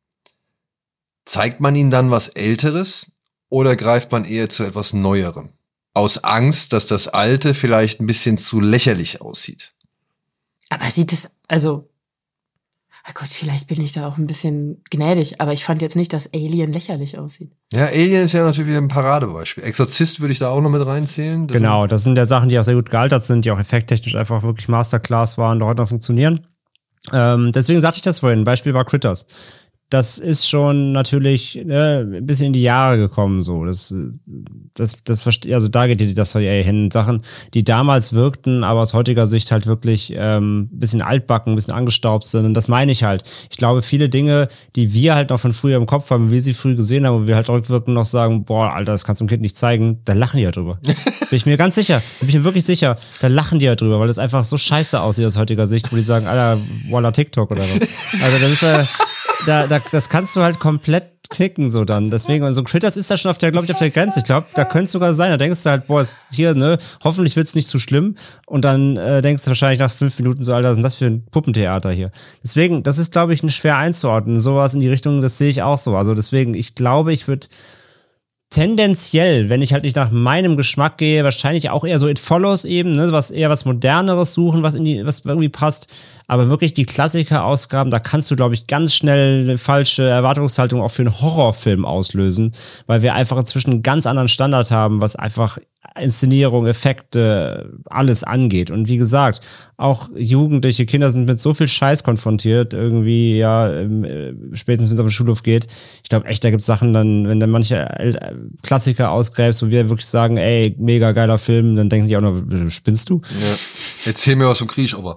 zeigt man ihm dann was Älteres oder greift man eher zu etwas Neuerem? Aus Angst, dass das Alte vielleicht ein bisschen zu lächerlich aussieht. Aber sieht es, also na gut, vielleicht bin ich da auch ein bisschen gnädig, aber ich fand jetzt nicht, dass Alien lächerlich aussieht. Ja, Alien ist ja natürlich wieder ein Paradebeispiel. Exorzist würde ich da auch noch mit reinzählen. Das genau, das sind ja Sachen, die auch sehr gut gealtert sind, die auch effekttechnisch einfach wirklich Masterclass waren, die heute noch funktionieren. Ähm, deswegen sagte ich das vorhin. Beispiel war Critters. Das ist schon natürlich äh, ein bisschen in die Jahre gekommen, so. Das, das, das, also da geht die das ja hin. Sachen, die damals wirkten, aber aus heutiger Sicht halt wirklich ähm, ein bisschen altbacken, ein bisschen angestaubt sind. Und das meine ich halt. Ich glaube, viele Dinge, die wir halt noch von früher im Kopf haben, wie wir sie früh gesehen haben, und wir halt rückwirkend noch sagen, boah, Alter, das kannst du dem Kind nicht zeigen, da lachen die ja drüber. Bin ich mir ganz sicher. Bin ich mir wirklich sicher. Da lachen die ja drüber, weil das einfach so scheiße aussieht aus heutiger Sicht, wo die sagen, Alter, voila, TikTok oder was. Also das ist ja, äh, Da, da, das kannst du halt komplett knicken, so dann. Deswegen, und so Critters ist da schon auf der, glaube ich, auf der Grenze. Ich glaube, da könnte es sogar sein. Da denkst du halt, boah, ist hier, ne, hoffentlich wird's nicht zu schlimm. Und dann äh, denkst du wahrscheinlich nach fünf Minuten so, Alter, was ist denn das für ein Puppentheater hier? Deswegen, das ist, glaube ich, nicht schwer einzuordnen. Sowas in die Richtung, das sehe ich auch so. Also deswegen, ich glaube, ich würde tendenziell, wenn ich halt nicht nach meinem Geschmack gehe, wahrscheinlich auch eher so It Follows eben, ne, was eher was Moderneres suchen, was in die, was irgendwie passt. Aber wirklich die Klassiker-Ausgaben, da kannst du, glaube ich, ganz schnell eine falsche Erwartungshaltung auch für einen Horrorfilm auslösen, weil wir einfach inzwischen einen ganz anderen Standard haben, was einfach Inszenierung, Effekte, alles angeht. Und wie gesagt, auch jugendliche Kinder sind mit so viel Scheiß konfrontiert, irgendwie, ja, äh, spätestens wenn es auf den Schulhof geht. Ich glaube echt, da gibt es Sachen dann, wenn dann manche äh, Klassiker ausgräbst, wo wir wirklich sagen, ey, mega geiler Film, dann denken die auch noch, spinnst du? Ja. Erzähl mir was vom Krieg, aber.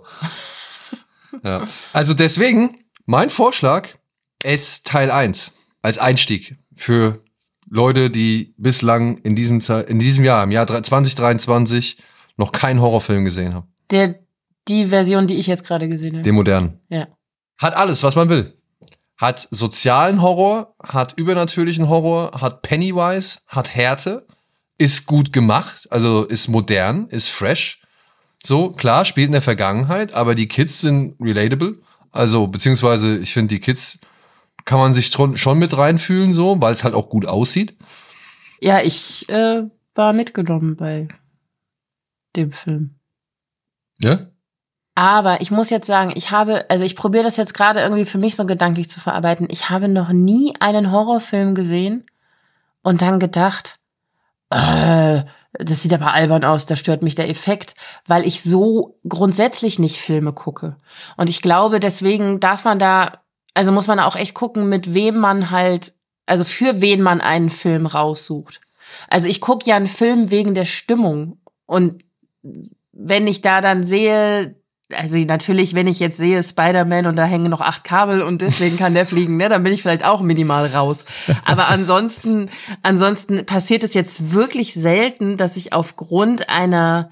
Ja. Also deswegen, mein Vorschlag ist Teil eins als Einstieg für Leute, die bislang in diesem, in diesem Jahr, im Jahr zwanzig dreiundzwanzig, noch keinen Horrorfilm gesehen haben. Der, die Version, die ich jetzt gerade gesehen habe. Den modernen. Ja. Hat alles, was man will. Hat sozialen Horror, hat übernatürlichen Horror, hat Pennywise, hat Härte, ist gut gemacht, also ist modern, ist fresh. So, klar, spielt in der Vergangenheit, aber die Kids sind relatable. Also, beziehungsweise, ich finde, die Kids kann man sich schon mit reinfühlen, so, weil es halt auch gut aussieht. Ja, ich äh, war mitgenommen bei dem Film. Ja? Aber ich muss jetzt sagen, ich habe, also ich probiere das jetzt gerade irgendwie für mich so gedanklich zu verarbeiten. Ich habe noch nie einen Horrorfilm gesehen und dann gedacht, äh, das sieht aber albern aus, da stört mich der Effekt, weil ich so grundsätzlich nicht Filme gucke. Und ich glaube, deswegen darf man da, also muss man auch echt gucken, mit wem man halt, also für wen man einen Film raussucht. Also ich gucke ja einen Film wegen der Stimmung. Und wenn ich da dann sehe, also natürlich, wenn ich jetzt sehe Spider-Man und da hängen noch acht Kabel und deswegen kann der fliegen, ne, dann bin ich vielleicht auch minimal raus. Aber ansonsten, ansonsten passiert es jetzt wirklich selten, dass ich aufgrund einer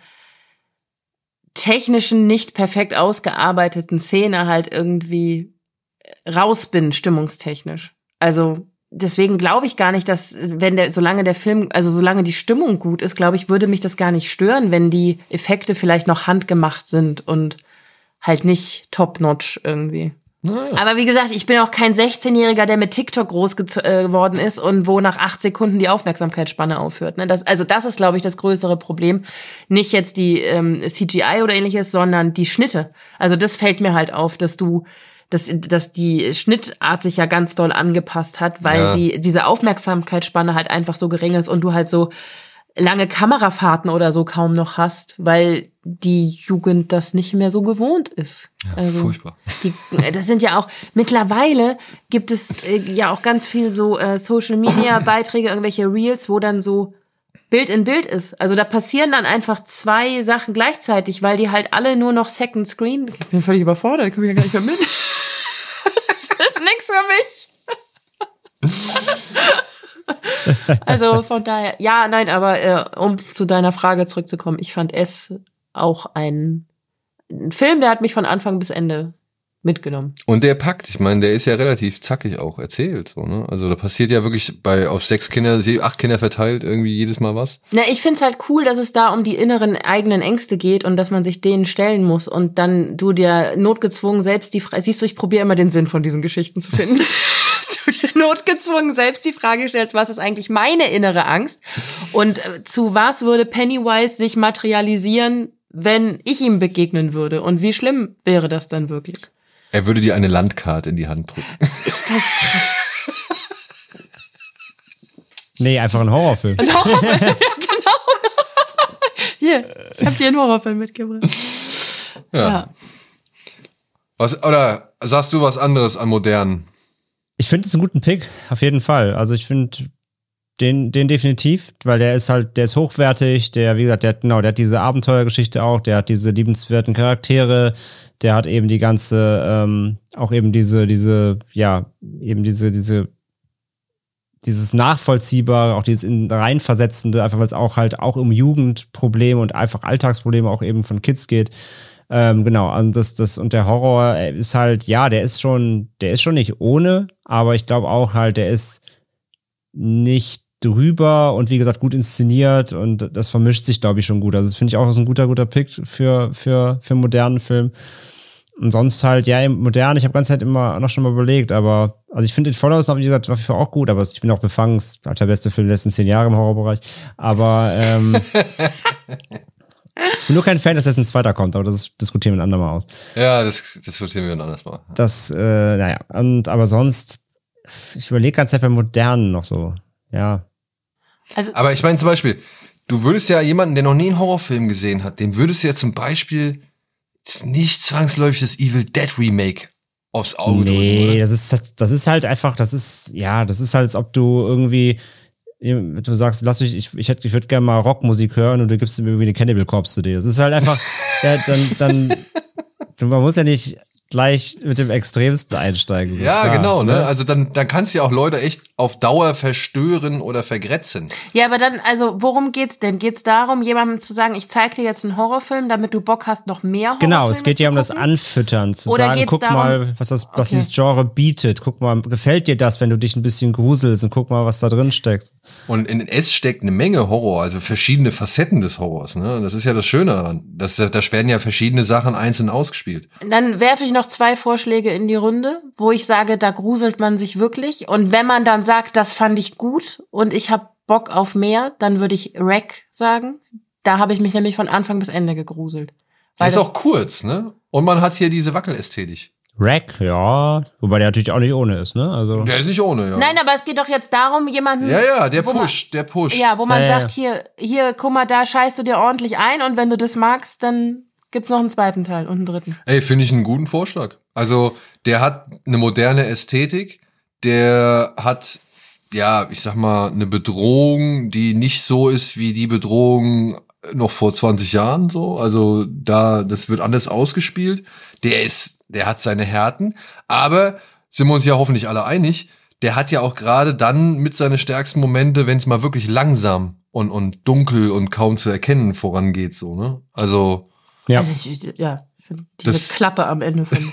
technischen, nicht perfekt ausgearbeiteten Szene halt irgendwie raus bin, stimmungstechnisch. Also deswegen glaube ich gar nicht, dass, wenn der, solange der Film, also solange die Stimmung gut ist, glaube ich, würde mich das gar nicht stören, wenn die Effekte vielleicht noch handgemacht sind und halt nicht top-notch irgendwie. Naja. Aber wie gesagt, ich bin auch kein sechzehnjähriger, der mit TikTok groß geworden ist und wo nach acht Sekunden die Aufmerksamkeitsspanne aufhört. Ne? Das, also das ist, glaube ich, das größere Problem. Nicht jetzt die ähm, C G I oder ähnliches, sondern die Schnitte. Also das fällt mir halt auf, dass du Dass, dass die Schnittart sich ja ganz doll angepasst hat, weil ja. die diese Aufmerksamkeitsspanne halt einfach so gering ist und du halt so lange Kamerafahrten oder so kaum noch hast, weil die Jugend das nicht mehr so gewohnt ist. Ja, also, furchtbar. Die, das sind ja auch, mittlerweile gibt es äh, ja auch ganz viel so äh, Social-Media-Beiträge, irgendwelche Reels, wo dann so Bild in Bild ist. Also da passieren dann einfach zwei Sachen gleichzeitig, weil die halt alle nur noch Second Screen. Ich bin völlig überfordert, ich komme ja gar nicht mehr mit. Das ist nichts für mich. Also von daher, ja, nein, aber äh, um zu deiner Frage zurückzukommen, ich fand es auch ein, ein Film, der hat mich von Anfang bis Ende mitgenommen. Und der packt, ich meine, der ist ja relativ zackig auch erzählt, so, ne? Also da passiert ja wirklich bei auf sechs Kinder, acht Kinder verteilt irgendwie jedes Mal was. Na, ich find's halt cool, dass es da um die inneren eigenen Ängste geht und dass man sich denen stellen muss und dann du dir notgezwungen selbst die Frage, siehst du, ich probiere immer den Sinn von diesen Geschichten zu finden. Dass du dir notgezwungen selbst die Frage stellst, was ist eigentlich meine innere Angst und äh, zu was würde Pennywise sich materialisieren, wenn ich ihm begegnen würde und wie schlimm wäre das dann wirklich? Er würde dir eine Landkarte in die Hand drücken. Ist das frech? Nee, einfach ein Horrorfilm. Ein Horrorfilm, ja, genau. Hier, ich hab dir einen Horrorfilm mitgebracht. Ja. ja. Was, oder sagst du was anderes an modernen? Ich finde es einen guten Pick, auf jeden Fall. Also ich finde den, den definitiv, weil der ist halt, der ist hochwertig, der, wie gesagt, der hat, genau, der hat diese Abenteuergeschichte auch, der hat diese liebenswerten Charaktere, der hat eben die ganze, ähm, auch eben diese, diese, ja, eben diese, diese, dieses Nachvollziehbare, auch dieses in reinversetzende, einfach weil es auch halt auch um Jugendprobleme und einfach Alltagsprobleme auch eben von Kids geht. Ähm, genau, und das, das, und der Horror ist halt, ja, der ist schon, der ist schon nicht ohne, aber ich glaube auch halt, der ist nicht drüber und wie gesagt gut inszeniert und das vermischt sich, glaube ich, schon gut. Also das finde ich auch ist ein guter, guter Pick für, für, für einen modernen Film. Und sonst halt, ja, modern, ich habe ganz Zeit immer noch schon mal überlegt, aber, also ich finde It Follows, wie gesagt, auf jeden Fall auch gut, aber ich bin auch befangen, es ist der beste Film der letzten zehn Jahre im Horrorbereich, aber ähm, ich bin nur kein Fan, dass jetzt ein zweiter kommt, aber das diskutieren wir ein andermal aus. Ja, das diskutieren wir ein anderes Mal. Das, äh, naja, und, aber sonst, ich überlege ganz Zeit beim Modernen noch so, ja. Also, aber ich meine zum Beispiel, du würdest ja jemanden, der noch nie einen Horrorfilm gesehen hat, dem würdest du ja zum Beispiel nicht zwangsläufig das Evil Dead Remake aufs Auge drücken. Nee, das ist, das ist halt einfach, das ist, ja, das ist halt, als ob du irgendwie, du sagst, lass mich, ich, ich, hätte, ich würde gerne mal Rockmusik hören und du gibst mir irgendwie eine Cannibal Corpse C D. Das ist halt einfach, ja, dann, dann, man muss ja nicht gleich mit dem Extremsten einsteigen. So, ja, klar, genau, ne? ne? Also dann, dann kannst du ja auch Leute echt auf Dauer verstören oder vergrätzen. Ja, aber dann, also worum geht's denn? Geht's darum, jemandem zu sagen, ich zeig dir jetzt einen Horrorfilm, damit du Bock hast, noch mehr Horrorfilme Genau, es geht ja um das gucken? Anfüttern, zu Oder sagen, geht's guck darum, mal, was, das, was okay. dieses Genre bietet. Guck mal, gefällt dir das, wenn du dich ein bisschen gruselst und guck mal, was da drin steckt. Und in S steckt eine Menge Horror, also verschiedene Facetten des Horrors, ne? Das ist ja das Schöne daran. Das, da werden ja verschiedene Sachen einzeln ausgespielt. Dann werfe ich noch zwei Vorschläge in die Runde, wo ich sage, da gruselt man sich wirklich. Und wenn man dann sagt, das fand ich gut und ich habe Bock auf mehr, dann würde ich Wreck sagen. Da habe ich mich nämlich von Anfang bis Ende gegruselt. Der Weil ist auch kurz, ne? Und man hat hier diese Wackelästhetik. Wreck, ja, wobei der natürlich auch nicht ohne ist, ne? Also Der ist nicht ohne, ja. Nein, aber es geht doch jetzt darum, jemanden. Ja, ja, der wo man- Push, der Push. Ja, wo man Ja, ja. sagt, hier, hier, guck mal, da scheißt du dir ordentlich ein und wenn du das magst, dann gibt's noch einen zweiten Teil und einen dritten. Ey, finde ich einen guten Vorschlag. Also, der hat eine moderne Ästhetik, der hat, ja, ich sag mal, eine Bedrohung, die nicht so ist wie die Bedrohung noch vor zwanzig Jahren so. Also, da, das wird anders ausgespielt. Der ist, der hat seine Härten, aber sind wir uns ja hoffentlich alle einig, der hat ja auch gerade dann mit seine stärksten Momente, wenn es mal wirklich langsam und, und dunkel und kaum zu erkennen vorangeht, so, ne? Also, ja. Also ich, ja, ich find diese Das- Klappe am Ende von.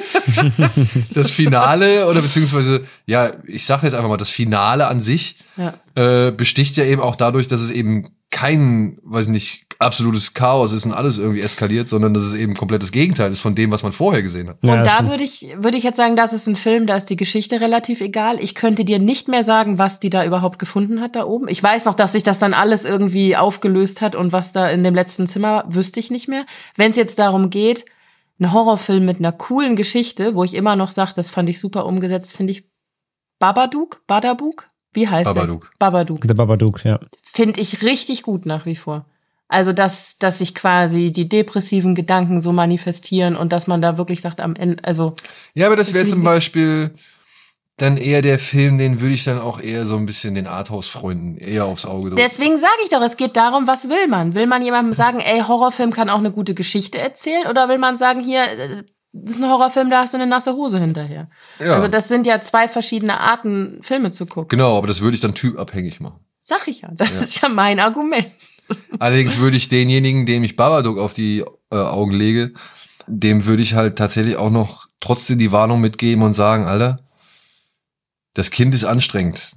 das Finale oder beziehungsweise, ja, ich sage jetzt einfach mal, das Finale an sich Ja. äh, besticht ja eben auch dadurch, dass es eben kein, weiß nicht, absolutes Chaos ist und alles irgendwie eskaliert, sondern dass es eben komplettes Gegenteil ist von dem, was man vorher gesehen hat. Ja, Und da stimmt. würde ich, würde ich jetzt sagen, das ist ein Film, da ist die Geschichte relativ egal. Ich könnte dir nicht mehr sagen, was die da überhaupt gefunden hat da oben. Ich weiß noch, dass sich das dann alles irgendwie aufgelöst hat und was da in dem letzten Zimmer, wüsste ich nicht mehr. Wenn es jetzt darum geht, ein Horrorfilm mit einer coolen Geschichte, wo ich immer noch sage, das fand ich super umgesetzt, finde ich Babadook, Badabook, wie heißt Babadook. der? Babadook. Der Babadook, ja. Finde ich richtig gut nach wie vor. Also, dass, dass sich quasi die depressiven Gedanken so manifestieren und dass man da wirklich sagt am Ende, also. Ja, aber das wäre zum Beispiel dann eher der Film, den würde ich dann auch eher so ein bisschen den Arthouse-Freunden eher aufs Auge drücken. Deswegen sage ich doch, es geht darum, was will man? Will man jemandem sagen, ey, Horrorfilm kann auch eine gute Geschichte erzählen? Oder will man sagen, hier, äh, das ist ein Horrorfilm, da hast du eine nasse Hose hinterher? Ja. Also, das sind ja zwei verschiedene Arten, Filme zu gucken. Genau, aber das würde ich dann typabhängig machen. Sag ich ja. Das ist ja mein Argument. Allerdings würde ich denjenigen, dem ich Babadook auf die äh, Augen lege, dem würde ich halt tatsächlich auch noch trotzdem die Warnung mitgeben und sagen, Alter, das Kind ist anstrengend.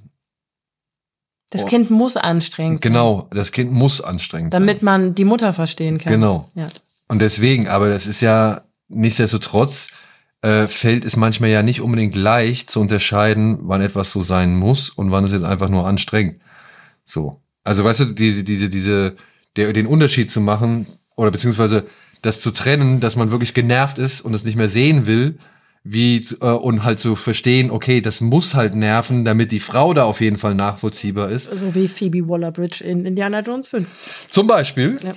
Das Oh. Kind muss anstrengend sein. Genau, das Kind muss anstrengend Damit sein. man die Mutter verstehen kann. Genau. Ja. Und deswegen, aber das ist ja nichtsdestotrotz, äh, fällt es manchmal ja nicht unbedingt leicht zu unterscheiden, wann etwas so sein muss und wann es jetzt einfach nur anstrengend. So. Also weißt du, diese, diese, diese, der, den Unterschied zu machen oder beziehungsweise das zu trennen, dass man wirklich genervt ist und es nicht mehr sehen will, wie äh, und halt zu verstehen, okay, das muss halt nerven, damit die Frau da auf jeden Fall nachvollziehbar ist. So wie Phoebe Waller-Bridge in Indiana Jones fünf. Zum Beispiel. Ja.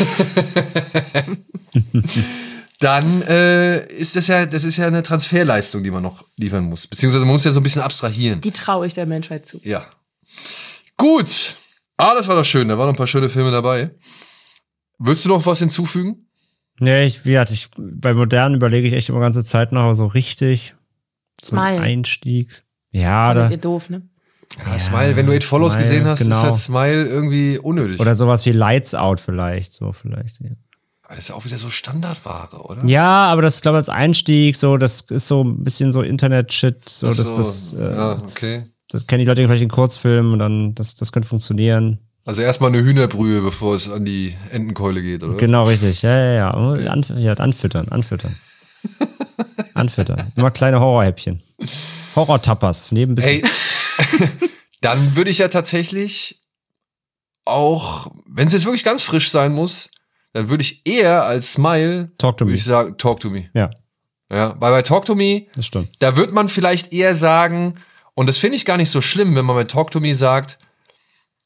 Dann äh, ist das ja, das ist ja eine Transferleistung, die man noch liefern muss. Beziehungsweise man muss ja so ein bisschen abstrahieren. Die traue ich der Menschheit zu. Ja. Gut. Ah, das war doch schön. Da waren noch ein paar schöne Filme dabei. Willst du noch was hinzufügen? Nee, ich, wie gesagt, ich, bei Modernen überlege ich echt immer ganze Zeit noch, aber so richtig so ein Smile. Einstieg. Ja, Findet da, ihr doof, ne? Ja, Smile, wenn du It Follows Smile, gesehen hast, genau. ist halt Smile irgendwie unnötig. oder sowas wie Lights Out vielleicht, so vielleicht. Ja, Aber das ist ja auch wieder so Standardware, oder? ja aber das, glaube ich, als Einstieg, so, das ist so ein bisschen so Internet-Shit, so, Ach das, so, das, äh, ja, okay. das kennen die Leute vielleicht in Kurzfilmen und dann, das, das könnte funktionieren. Also erstmal eine Hühnerbrühe, bevor es an die Entenkeule geht, oder? Genau, richtig. Ja, ja, ja. Anf ja anfüttern, anfüttern. Anfüttern. Immer kleine Horrorhäppchen. Horror-Tappers. Von jedem bisschen. Hey, dann würde ich ja tatsächlich auch, wenn es jetzt wirklich ganz frisch sein muss, dann würde ich eher als Smile, Talk to würde me. ich sagen, Talk to me. Ja, Ja, weil bei Talk to me, das stimmt. da wird man vielleicht eher sagen, und das finde ich gar nicht so schlimm, wenn man bei Talk to me sagt,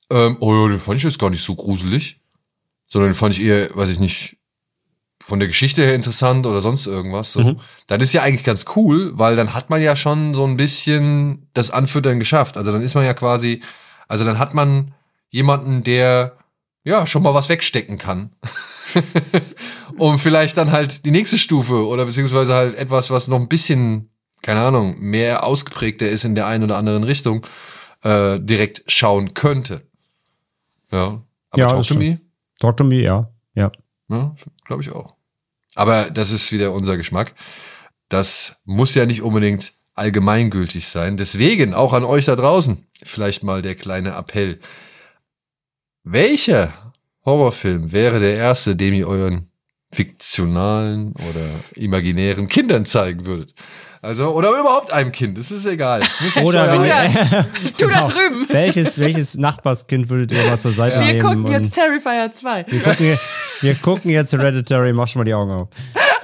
Ähm, oh ja, den fand ich jetzt gar nicht so gruselig. Sondern den fand ich eher, weiß ich nicht, von der Geschichte her interessant oder sonst irgendwas. So. Mhm. Dann ist ja eigentlich ganz cool, weil dann hat man ja schon so ein bisschen das Anfüttern geschafft. Also dann ist man ja quasi, also dann hat man jemanden, der ja schon mal was wegstecken kann. Um vielleicht dann halt die nächste Stufe oder beziehungsweise halt etwas, was noch ein bisschen, keine Ahnung, mehr ausgeprägter ist in der einen oder anderen Richtung, äh, direkt schauen könnte. Ja. Aber ja, Talk to Me? Talk to Me, ja. Ja. Ja, glaube ich auch. Aber das ist wieder unser Geschmack. Das muss ja nicht unbedingt allgemeingültig sein. Deswegen auch an euch da draußen vielleicht mal der kleine Appell. Welcher Horrorfilm wäre der erste, den ihr euren fiktionalen oder imaginären Kindern zeigen würdet? Also, oder überhaupt einem Kind, das ist egal. Oder wenn ihr, du genau. da drüben. Welches, welches Nachbarskind würdet ihr mal zur Seite ja. nehmen? Wir gucken jetzt Terrifier zwei. Wir gucken, wir gucken jetzt Hereditary, mach schon mal die Augen auf.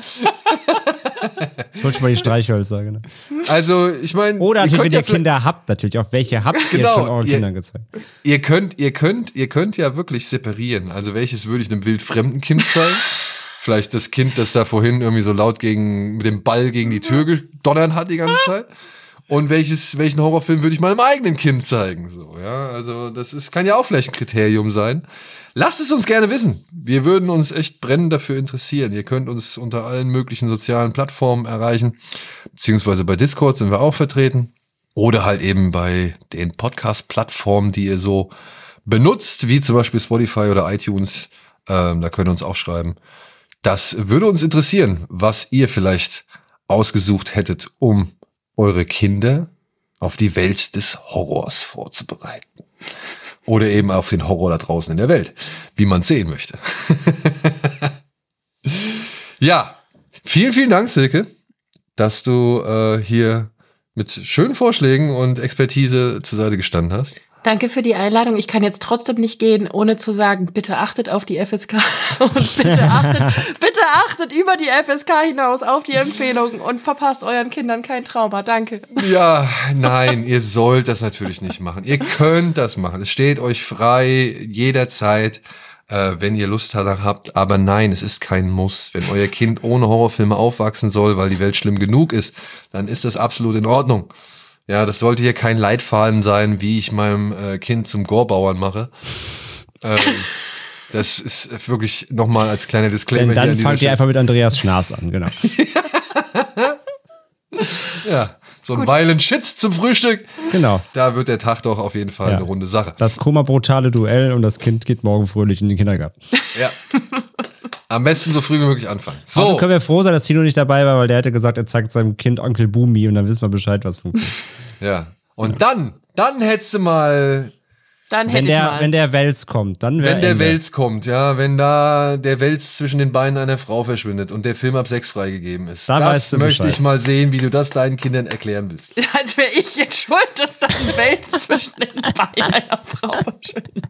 Ich hol schon mal die Streichhölzer, genau. Also, ich meine. Oder natürlich, wenn ihr Kinder habt, natürlich. Auf welche habt ihr genau, schon euren ihr, Kindern gezeigt? Ihr könnt, ihr könnt, ihr könnt ja wirklich separieren. Also, welches würde ich einem wildfremden Kind zeigen? Vielleicht das Kind, das da vorhin irgendwie so laut gegen, mit dem Ball gegen die Tür gedonnert hat die ganze Zeit. Und welches, welchen Horrorfilm würde ich meinem eigenen Kind zeigen? So, ja, also das ist, kann ja auch vielleicht ein Kriterium sein. Lasst es uns gerne wissen. Wir würden uns echt brennend dafür interessieren. Ihr könnt uns unter allen möglichen sozialen Plattformen erreichen. Beziehungsweise bei Discord sind wir auch vertreten. Oder halt eben bei den Podcast-Plattformen, die ihr so benutzt, wie zum Beispiel Spotify oder iTunes. Ähm, da könnt ihr uns auch schreiben. Das würde uns interessieren, was ihr vielleicht ausgesucht hättet, um eure Kinder auf die Welt des Horrors vorzubereiten. Oder eben auf den Horror da draußen in der Welt, wie man es sehen möchte. Ja, vielen, vielen Dank, Silke, dass du äh, hier mit schönen Vorschlägen und Expertise zur Seite gestanden hast. Danke für die Einladung. Ich kann jetzt trotzdem nicht gehen, ohne zu sagen, bitte achtet auf die F S K und bitte achtet, bitte achtet über die F S K hinaus auf die Empfehlungen und verpasst euren Kindern kein Trauma. Danke. Ja, nein, ihr sollt das natürlich nicht machen. Ihr könnt das machen. Es steht euch frei jederzeit, äh, wenn ihr Lust danach habt. Aber nein, es ist kein Muss. Wenn euer Kind ohne Horrorfilme aufwachsen soll, weil die Welt schlimm genug ist, dann ist das absolut in Ordnung. Ja, das sollte hier kein Leitfaden sein, wie ich meinem äh, Kind zum Gorbauern mache. Ähm, das ist wirklich nochmal als kleiner Disclaimer. Denn dann hier fangt ihr einfach mit Andreas Schnaas an, genau. Ja, so ein Violent Shit zum Frühstück. Genau. Da wird der Tag doch auf jeden Fall ja. eine runde Sache. Das Koma-brutale Duell und das Kind geht morgen fröhlich in den Kindergarten. Ja. Am besten so früh wie möglich anfangen. So. Also können wir froh sein, dass Tino nicht dabei war, weil der hätte gesagt, er zeigt seinem Kind Onkel Boomy und dann wissen wir Bescheid, was funktioniert. Ja. Und dann, dann hättest du mal. Dann hätte wenn der, ich mal. Wenn der Wels kommt, dann wäre Wenn der Ende. Wels kommt, ja, wenn da der Wels zwischen den Beinen einer Frau verschwindet und der Film ab sechs freigegeben ist. Da das möchte Bescheid. ich mal sehen, wie du das deinen Kindern erklären willst. Als wäre ich jetzt schuld, dass da ein Wels zwischen den Beinen einer Frau verschwindet.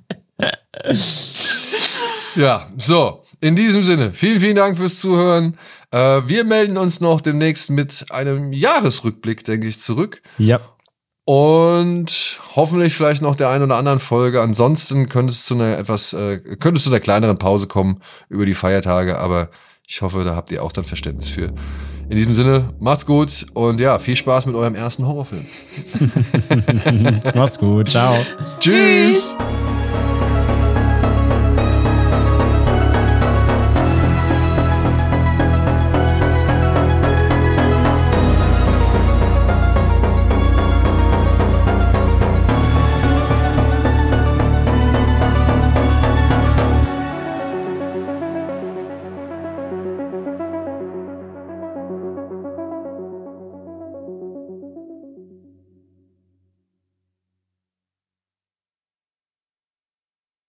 Ja, so. In diesem Sinne, vielen, vielen Dank fürs Zuhören. Äh, wir melden uns noch demnächst mit einem Jahresrückblick, denke ich, zurück. Ja. Und hoffentlich vielleicht noch der einen oder anderen Folge. Ansonsten könnte es zu einer etwas, äh, könnte es zu einer kleineren Pause kommen über die Feiertage. Aber ich hoffe, da habt ihr auch dann Verständnis für. In diesem Sinne, macht's gut und ja, viel Spaß mit eurem ersten Horrorfilm. Macht's gut, ciao. Tschüss.